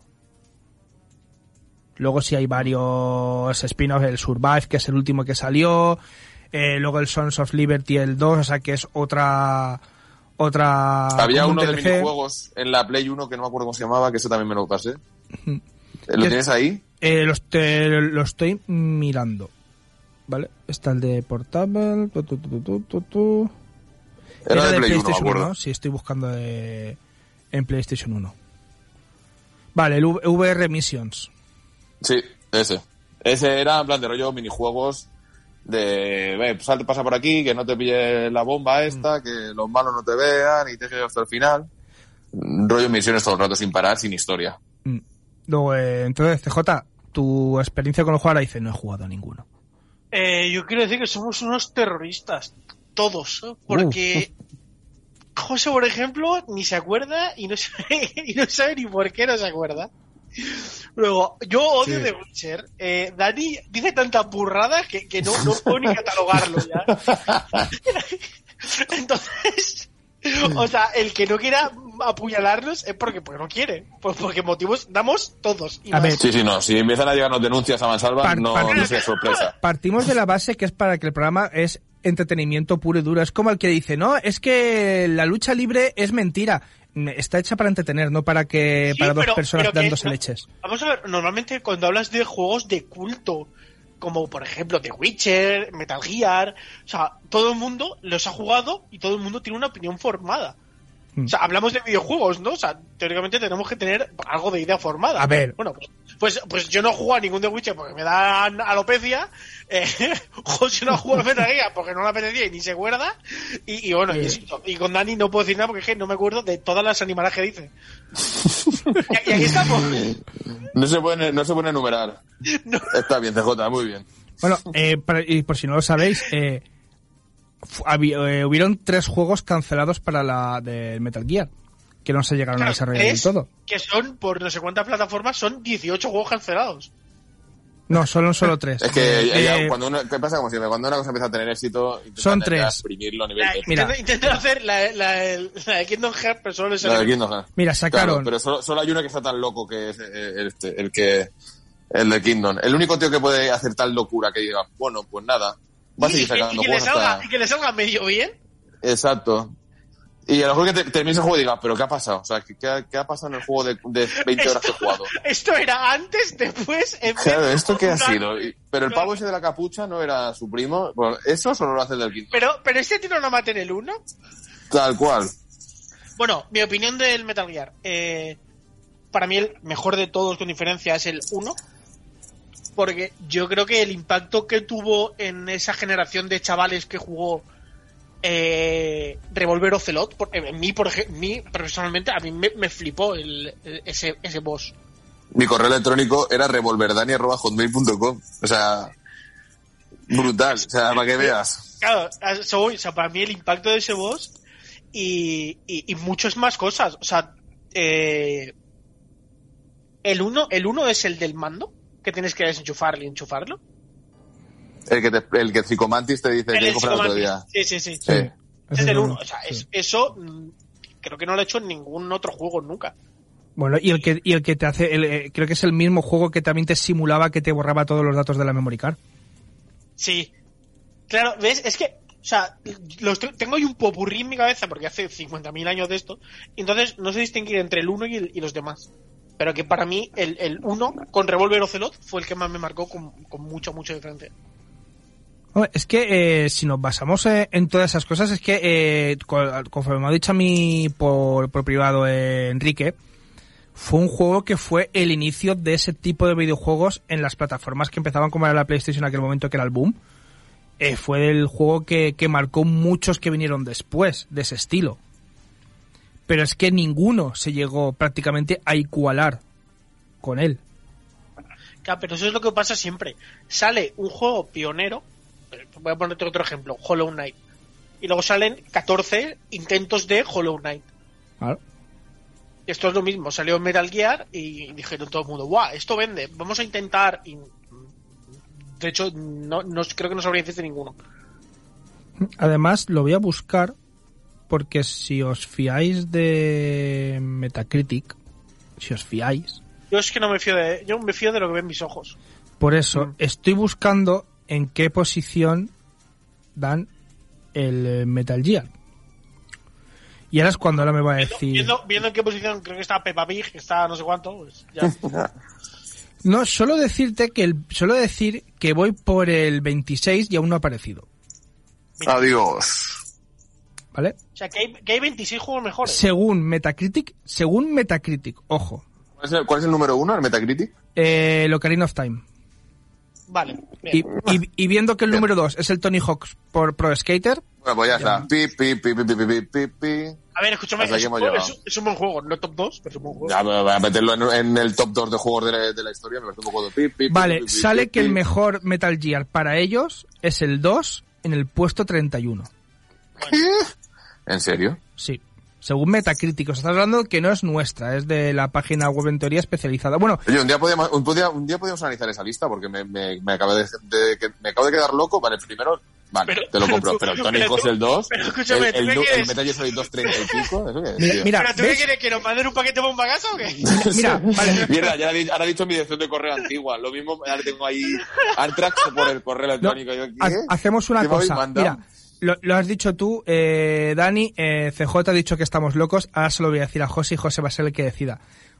Luego sí hay varios spin-offs, el Survive, que es el último que salió, luego el Sons of Liberty, el 2, o sea que es otra... Había uno de minijuegos en la Play 1 que no me acuerdo cómo se llamaba, que ese también me lo pasé. ¿Lo tienes ahí? Lo estoy mirando. ¿Vale? Está el de Portable. Era de PlayStation Play 1, me acuerdo. 1, sí, estoy buscando en PlayStation 1. Vale, el VR Missions. Sí, ese. Ese era en plan de rollo minijuegos de salte, pasa por aquí, que no te pille la bomba esta, que los malos no te vean y te quedes hasta el final. Rollo misiones todo el rato sin parar, sin historia. Luego, entonces, CJ, tu experiencia con los juegos, dice, no he jugado a ninguno. Yo quiero decir que somos unos terroristas, todos, ¿eh? Porque José, por ejemplo, ni se acuerda y no sabe ni por qué no se acuerda. Luego, yo odio The Witcher. Dani dice tanta burrada que no puedo ni catalogarlo ya. Entonces, o sea, el que no quiera apuñalarnos es porque no quiere. Pues porque motivos damos todos. A ver, sí, no. Si empiezan a llegarnos denuncias a mansalva, no sea sorpresa. Partimos de la base que es para que el programa es entretenimiento puro y duro. Es como el que dice, no, es que la lucha libre es mentira. Está hecha para entretener, no para dos personas dándose leches. Vamos a ver, normalmente cuando hablas de juegos de culto, como por ejemplo The Witcher, Metal Gear, o sea, todo el mundo los ha jugado y todo el mundo tiene una opinión formada. O sea, hablamos de videojuegos, ¿no? O sea, teóricamente tenemos que tener algo de idea formada. A ver. Bueno, pues yo no juego a ningún The Witcher porque me dan alopecia. José no ha jugado a Metal Gear porque no le apetecía y ni se acuerda. Y bueno, y con Dani no puedo decir nada porque es que no me acuerdo de todas las animadas que dice. y aquí estamos. No se puede enumerar. No. Está bien, CJ, muy bien. Bueno, y por si no lo sabéis, hubieron 3 juegos cancelados para la de Metal Gear que no se llegaron a desarrollar del todo. Que son, por no sé cuántas plataformas, son 18 juegos cancelados. No, solo 3. Es que ¿qué pasa? Como siempre, cuando una cosa empieza a tener éxito, son 3. Exprimirlo a nivel intento hacer la de Kingdom Hearts, pero solo la de Kingdom Hearts. Mira, sacaron. Claro, pero solo hay uno que está tan loco que es el de Kingdom. El único tío que puede hacer tal locura que diga, bueno, pues nada. Va a seguir sacando juegos y que le salga medio bien. Exacto. Y a lo mejor que termines el juego y digas, ¿pero qué ha pasado? O sea, ¿qué ha pasado en el juego de 20 horas que he jugado? Esto era antes, después... Claro, ¿esto qué ha sido? Pero el pavo ese de la capucha no era su primo. Bueno, ¿eso solo lo hace el del quinto? Pero este tío no mata en el 1. Tal cual. Bueno, mi opinión del Metal Gear. Para mí el mejor de todos con diferencia es el 1. Porque yo creo que el impacto que tuvo en esa generación de chavales que jugó Revolver Ocelot, mí personalmente, a mí me flipó ese boss. Mi correo electrónico era revolverdani@hotmail.com. O sea, brutal. O sea, para que veas. Claro, o sea, para mí el impacto de ese boss y muchas más cosas. O sea, el 1 es el del mando, que tienes que desenchufarlo y enchufarlo. El que Psicomantis te dice que comprar otro día. Sí. Sí. Es el 1. O sea, eso creo que no lo he hecho en ningún otro juego nunca. Bueno, y el que te hace, creo que es el mismo juego que también te simulaba que te borraba todos los datos de la memory card. Sí. Claro, ¿ves? Es que, o sea, tengo ahí un popurrí en mi cabeza porque hace 50.000 años de esto, y entonces no sé distinguir entre el 1 y los demás. Pero que para mí el 1 con Revolver Ocelot fue el que más me marcó con mucha diferencia. Es que si nos basamos en todas esas cosas, es que conforme me ha dicho a mí por privado Enrique, fue un juego que fue el inicio de ese tipo de videojuegos en las plataformas que empezaban como era la PlayStation en aquel momento, que era el boom. Fue el juego que marcó muchos que vinieron después de ese estilo. Pero es que ninguno se llegó prácticamente a igualar con él. Claro, pero eso es lo que pasa siempre. Sale un juego pionero, voy a ponerte otro ejemplo, Hollow Knight, y luego salen 14 intentos de Hollow Knight. Claro. Y esto es lo mismo, salió Metal Gear y dijeron todo el mundo, ¡guau! Esto vende, vamos a intentar. Y de hecho, no creo que no sabría decirte ninguno. Además, lo voy a buscar porque si os fiáis de Metacritic, Yo es que no me fío yo me fío de lo que ven mis ojos. Por eso, estoy buscando en qué posición dan el Metal Gear. Y ahora es cuando ahora me va a decir... Viendo en qué posición creo que está Peppa Pig, que está no sé cuánto, pues ya. No, solo decir que voy por el 26 y aún no ha aparecido. Adiós. ¿Vale? O sea, que hay 26 juegos mejores. Según Metacritic, ojo. ¿Cuál es el número 1, el Metacritic? Ocarina of Time. Vale. Y viendo que el número 2 es el Tony Hawk's por Pro Skater... Bueno, pues ya está. Pi. A ver, escúchame, es un buen juego, no top 2, pero es un buen juego. Ya, voy a meterlo en el top 2 de juegos de la historia, me parece un poco de pi. Vale, sale que el mejor Metal Gear para ellos es el 2 en el puesto 31. ¿Qué? ¿En serio? Sí. Según Metacritic, os estás hablando que no es nuestra, es de la página web en teoría especializada. Bueno, oye, un día podíamos analizar esa lista porque me acabo de quedar loco. Vale, primero, vale, te lo compro, pero el Tony Hawk es el 2, pero escúchame, el Metal Gear Solid 2 30 y pico, ¿eso qué es? Mira, ¿pero tú qué quieres, que nos manden un paquete bomba a casa o qué? Mira, vale. Mierda, ahora he dicho mi dirección de correo antigua, lo mismo, ahora tengo ahí Antrax por el correo electrónico. No, hacemos una cosa, mira. Lo has dicho tú, Dani, CJ ha dicho que estamos locos, ahora se lo voy a decir a José y José va a ser el que decida.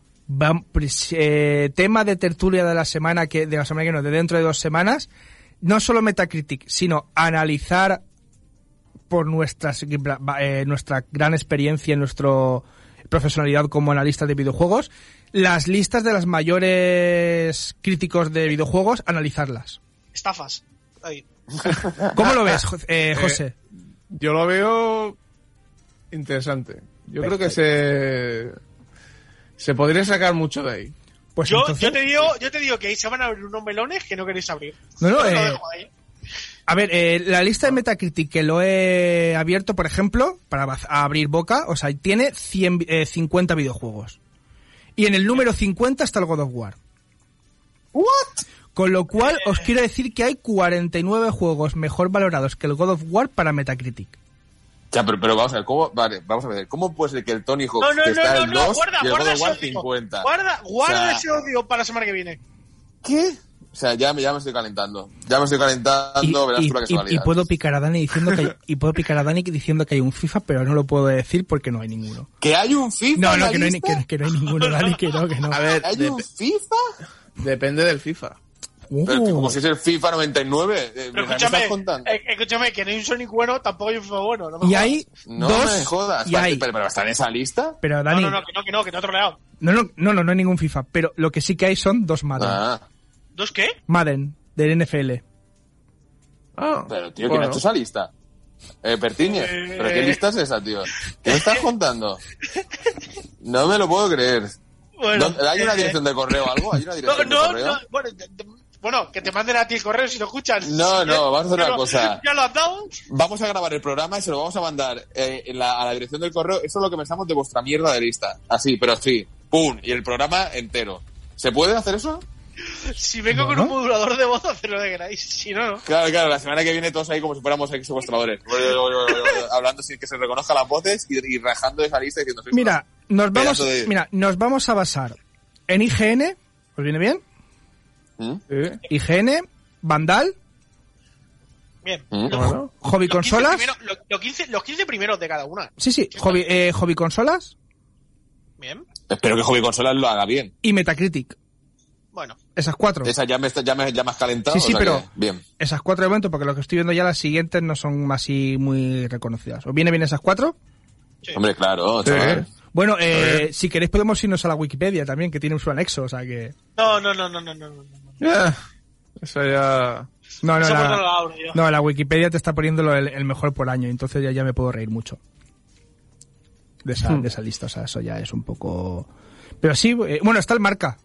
Tema de tertulia de la semana que no, de dentro de 2 semanas, no solo Metacritic, sino analizar por nuestra gran experiencia y nuestra profesionalidad como analistas de videojuegos, las listas de los mayores críticos de videojuegos, analizarlas. Estafas. Ahí. ¿Cómo lo ves, José? Yo lo veo interesante. Yo creo que se podría sacar mucho de ahí. Pues yo te digo que ahí se van a abrir unos melones que no queréis abrir. No, a ver, la lista de Metacritic que lo he abierto, por ejemplo, para abrir boca, o sea, tiene 50 videojuegos. Y en el número 50 está el God of War. ¿What? Con lo cual, os quiero decir que hay 49 juegos mejor valorados que el God of War para Metacritic. Ya, pero vamos a ver, vamos a ver, ¿cómo puede ser que el Tony Hawk está el 2 y el God of War 50? Guarda ese odio para la semana que viene. ¿Qué? O sea, ya me estoy calentando. Verás tú la que se valida. Y puedo picar a Dani diciendo que hay un FIFA, pero no lo puedo decir porque no hay ninguno. ¿Que hay un FIFA? No, que no hay ninguno, Dani, que no. A ver, ¿hay un FIFA? Depende del FIFA. Pero como si es el FIFA 99. Pero escúchame, que no hay un Sonic bueno, tampoco hay un FIFA bueno. No y hay no dos. Me jodas. ¿Pero está en esa lista? Pero Dani. No, que te ha troleado. No hay ningún FIFA. Pero lo que sí que hay son 2 Madden. ¿2 qué? Madden, del NFL. Pero tío, ¿quién ha hecho esa lista? Pertiñez. ¿Pero qué lista es esa, tío? ¿Qué me estás contando? No me lo puedo creer. Bueno, ¿hay una dirección de correo o algo? ¿Hay una dirección de correo? Bueno, Bueno, que te manden a ti el correo si lo escuchan. No, vamos a hacer una cosa. ¿Ya lo has dado? Vamos a grabar el programa y se lo vamos a mandar a la dirección del correo. Eso es lo que pensamos de vuestra mierda de lista. Así, pero así. ¡Pum! Y el programa entero. ¿Se puede hacer eso? Si vengo con un modulador de voz, haced lo que queráis. Si no, no. Claro, la semana que viene todos ahí como si fuéramos secuestradores. Hablando sin que se reconozcan las voces y rajando esa lista diciendo... Mira, nos vamos a basar en IGN. ¿Os viene bien? IGN, Vandal. Bien. Hobby Consolas. Los 15 primeros de cada una. Sí. Hobby Consolas. Bien. Espero que Hobby Consolas lo haga bien. Y Metacritic. Bueno. Esas 4. Esa ya me has calentado. Sí, pero bien. Esas 4 de momento, porque lo que estoy viendo ya las siguientes no son así muy reconocidas. ¿Os viene bien esas 4? Sí. Hombre, claro, chaval. Bueno, si queréis podemos irnos a la Wikipedia también, que tiene un su anexo, o sea que... No. Eso ya... No, la Wikipedia te está poniendo el mejor por año, entonces ya me puedo reír mucho de esa lista, o sea, eso ya es un poco... Pero sí, bueno, está el Marca.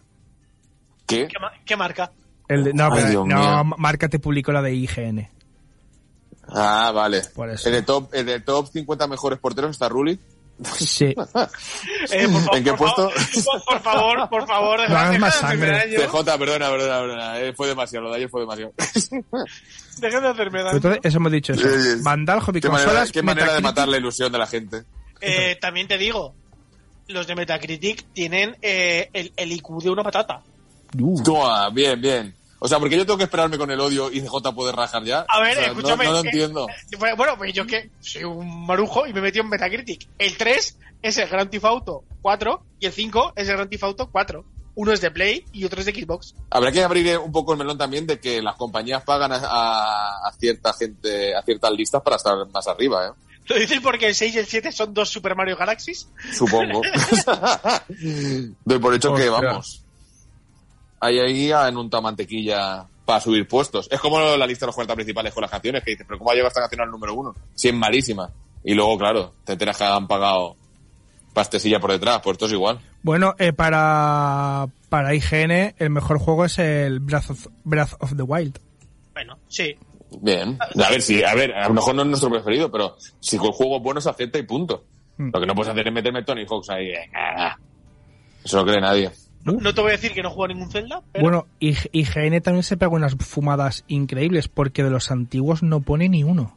¿Qué marca? Marca te publicó la de IGN. Ah, vale. Por eso. En el top 50 mejores porteros está Rulli. Sí. ¿En qué puesto? Por favor. No hagas más sangre. CJ, perdona. Fue demasiado, lo de ayer fue demasiado. Dejen de hacerme daño. Entonces, eso hemos dicho. Vandal, Hobby Consolas, ¿Qué manera de matar la ilusión de la gente? También te digo, los de Metacritic tienen el IQ de una patata. Toma, bien. O sea, porque yo tengo que esperarme con el odio y CJ puede rajar ya. A ver, o sea, escúchame. No lo entiendo. Bueno, pues yo que soy un marujo y me metí en Metacritic. El 3 es el Grand Theft Auto 4 y el 5 es el Grand Theft Auto 4. Uno es de Play y otro es de Xbox. Habrá que abrir un poco el melón también de que las compañías pagan a cierta gente, a ciertas listas para estar más arriba, ¿eh? ¿Lo dices porque el 6 y el 7 son 2 Super Mario Galaxies? Supongo. Doy por hecho que, vamos... Ahí han untado mantequilla para subir puestos. Es como la lista de los 40 principales con las canciones, que dices, pero ¿cómo ha llegado esta canción al número 1? Si es malísima. Y luego, claro, te enteras que han pagado pastecilla por detrás, pues esto es igual. Bueno, para IGN el mejor juego es el Breath of the Wild. Bueno, sí. Bien. A lo mejor no es nuestro preferido, pero si el juego es bueno se acepta y punto. Lo que no puedes hacer es meterme Tony Hawk's ahí. Eso no cree nadie. No te voy a decir que no juego a ningún Zelda, pero... Bueno, IGN también se pega unas fumadas increíbles, porque de los antiguos no pone ni uno.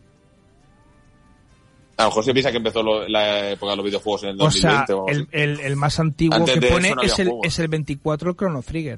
A lo mejor se piensa que empezó la época de los videojuegos en el 2020. O sea, el más antiguo antes que pone no es el 24, el Chrono Trigger.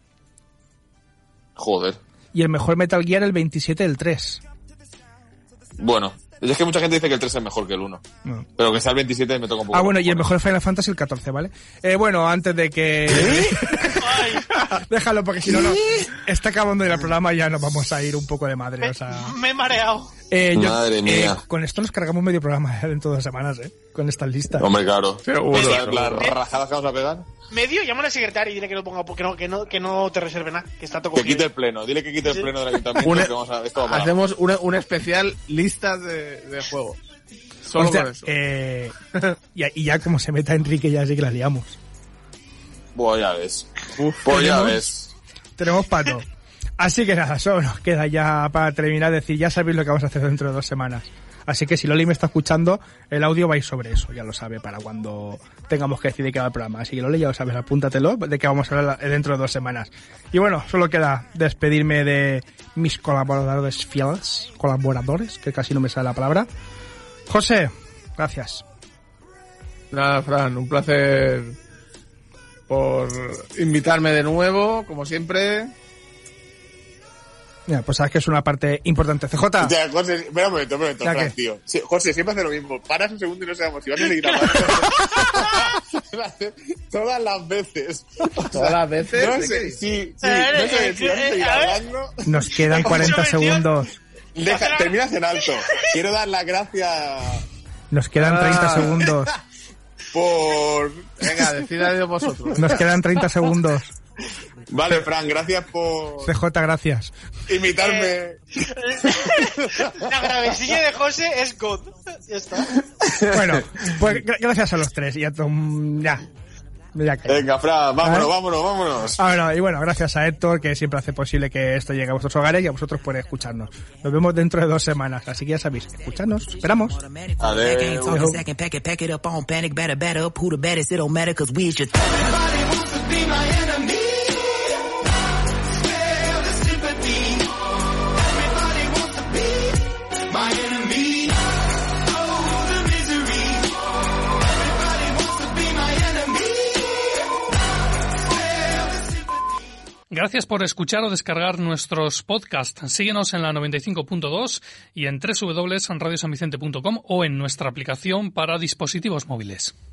Joder. Y el mejor Metal Gear, el 27, el 3. Bueno, es que mucha gente dice que el 3 es mejor que el 1. No. Pero que sea el 27 me toca un poco. Bueno, y el mejor Final Fantasy el 14, ¿vale? Bueno, antes de que... Déjalo, porque si no, está acabando el programa y ya nos vamos a ir un poco de madre. Me he mareado. Madre mía. Con esto nos cargamos medio programa dentro de 2 semanas, con estas listas. Hombre, claro. Seguro. Las rajadas que vamos a pegar. Medio, llama a la secretaria y dile que no ponga, que no te reserve nada, que está todo que quite el pleno, dile que quite el pleno del ayuntamiento. Hacemos un especial listas de juego. Solo con eso. Y ya como se meta Enrique, ya sí que la liamos. Pues ya ves. Pues ya ves. Tenemos pato. Así que nada, solo nos queda ya para terminar decir, ya sabéis lo que vamos a hacer dentro de 2 semanas. Así que si Loli me está escuchando, el audio va a ir sobre eso, ya lo sabe, para cuando tengamos que decidir qué va el programa. Así que Loli, ya lo sabes, apúntatelo, de que vamos a hablar dentro de 2 semanas. Y bueno, solo queda despedirme de mis colaboradores fieles, que casi no me sale la palabra. José, gracias. Nada, Fran, un placer por invitarme de nuevo, como siempre. Mira, pues sabes que es una parte importante. CJ. Ya, José, espera un momento, Fran, tío. Sí, José, siempre hace lo mismo. Paras un segundo y no sabemos si vas a seguir grabando. Todas las veces. ¿Todas las veces? No sé, sí. No sé si vas a seguir hablando. Nos quedan 40 segundos. Terminas en alto. Quiero dar las gracias. Nos quedan 30 segundos. Venga, decid adiós vosotros. Nos quedan 30 segundos. Vale, Fran, gracias por... CJ, gracias. Imitarme. La gravesilla de José es God. Ya está. Bueno, pues gracias a los tres. Ya. Venga, Fran, vámonos. Y bueno, gracias a Héctor, que siempre hace posible que esto llegue a vuestros hogares y a vosotros por escucharnos. Nos vemos dentro de 2 semanas, así que ya sabéis, escuchadnos, esperamos. Adiós. Gracias por escuchar o descargar nuestros podcasts. Síguenos en la 95.2 y en www.radiosanvicente.com o en nuestra aplicación para dispositivos móviles.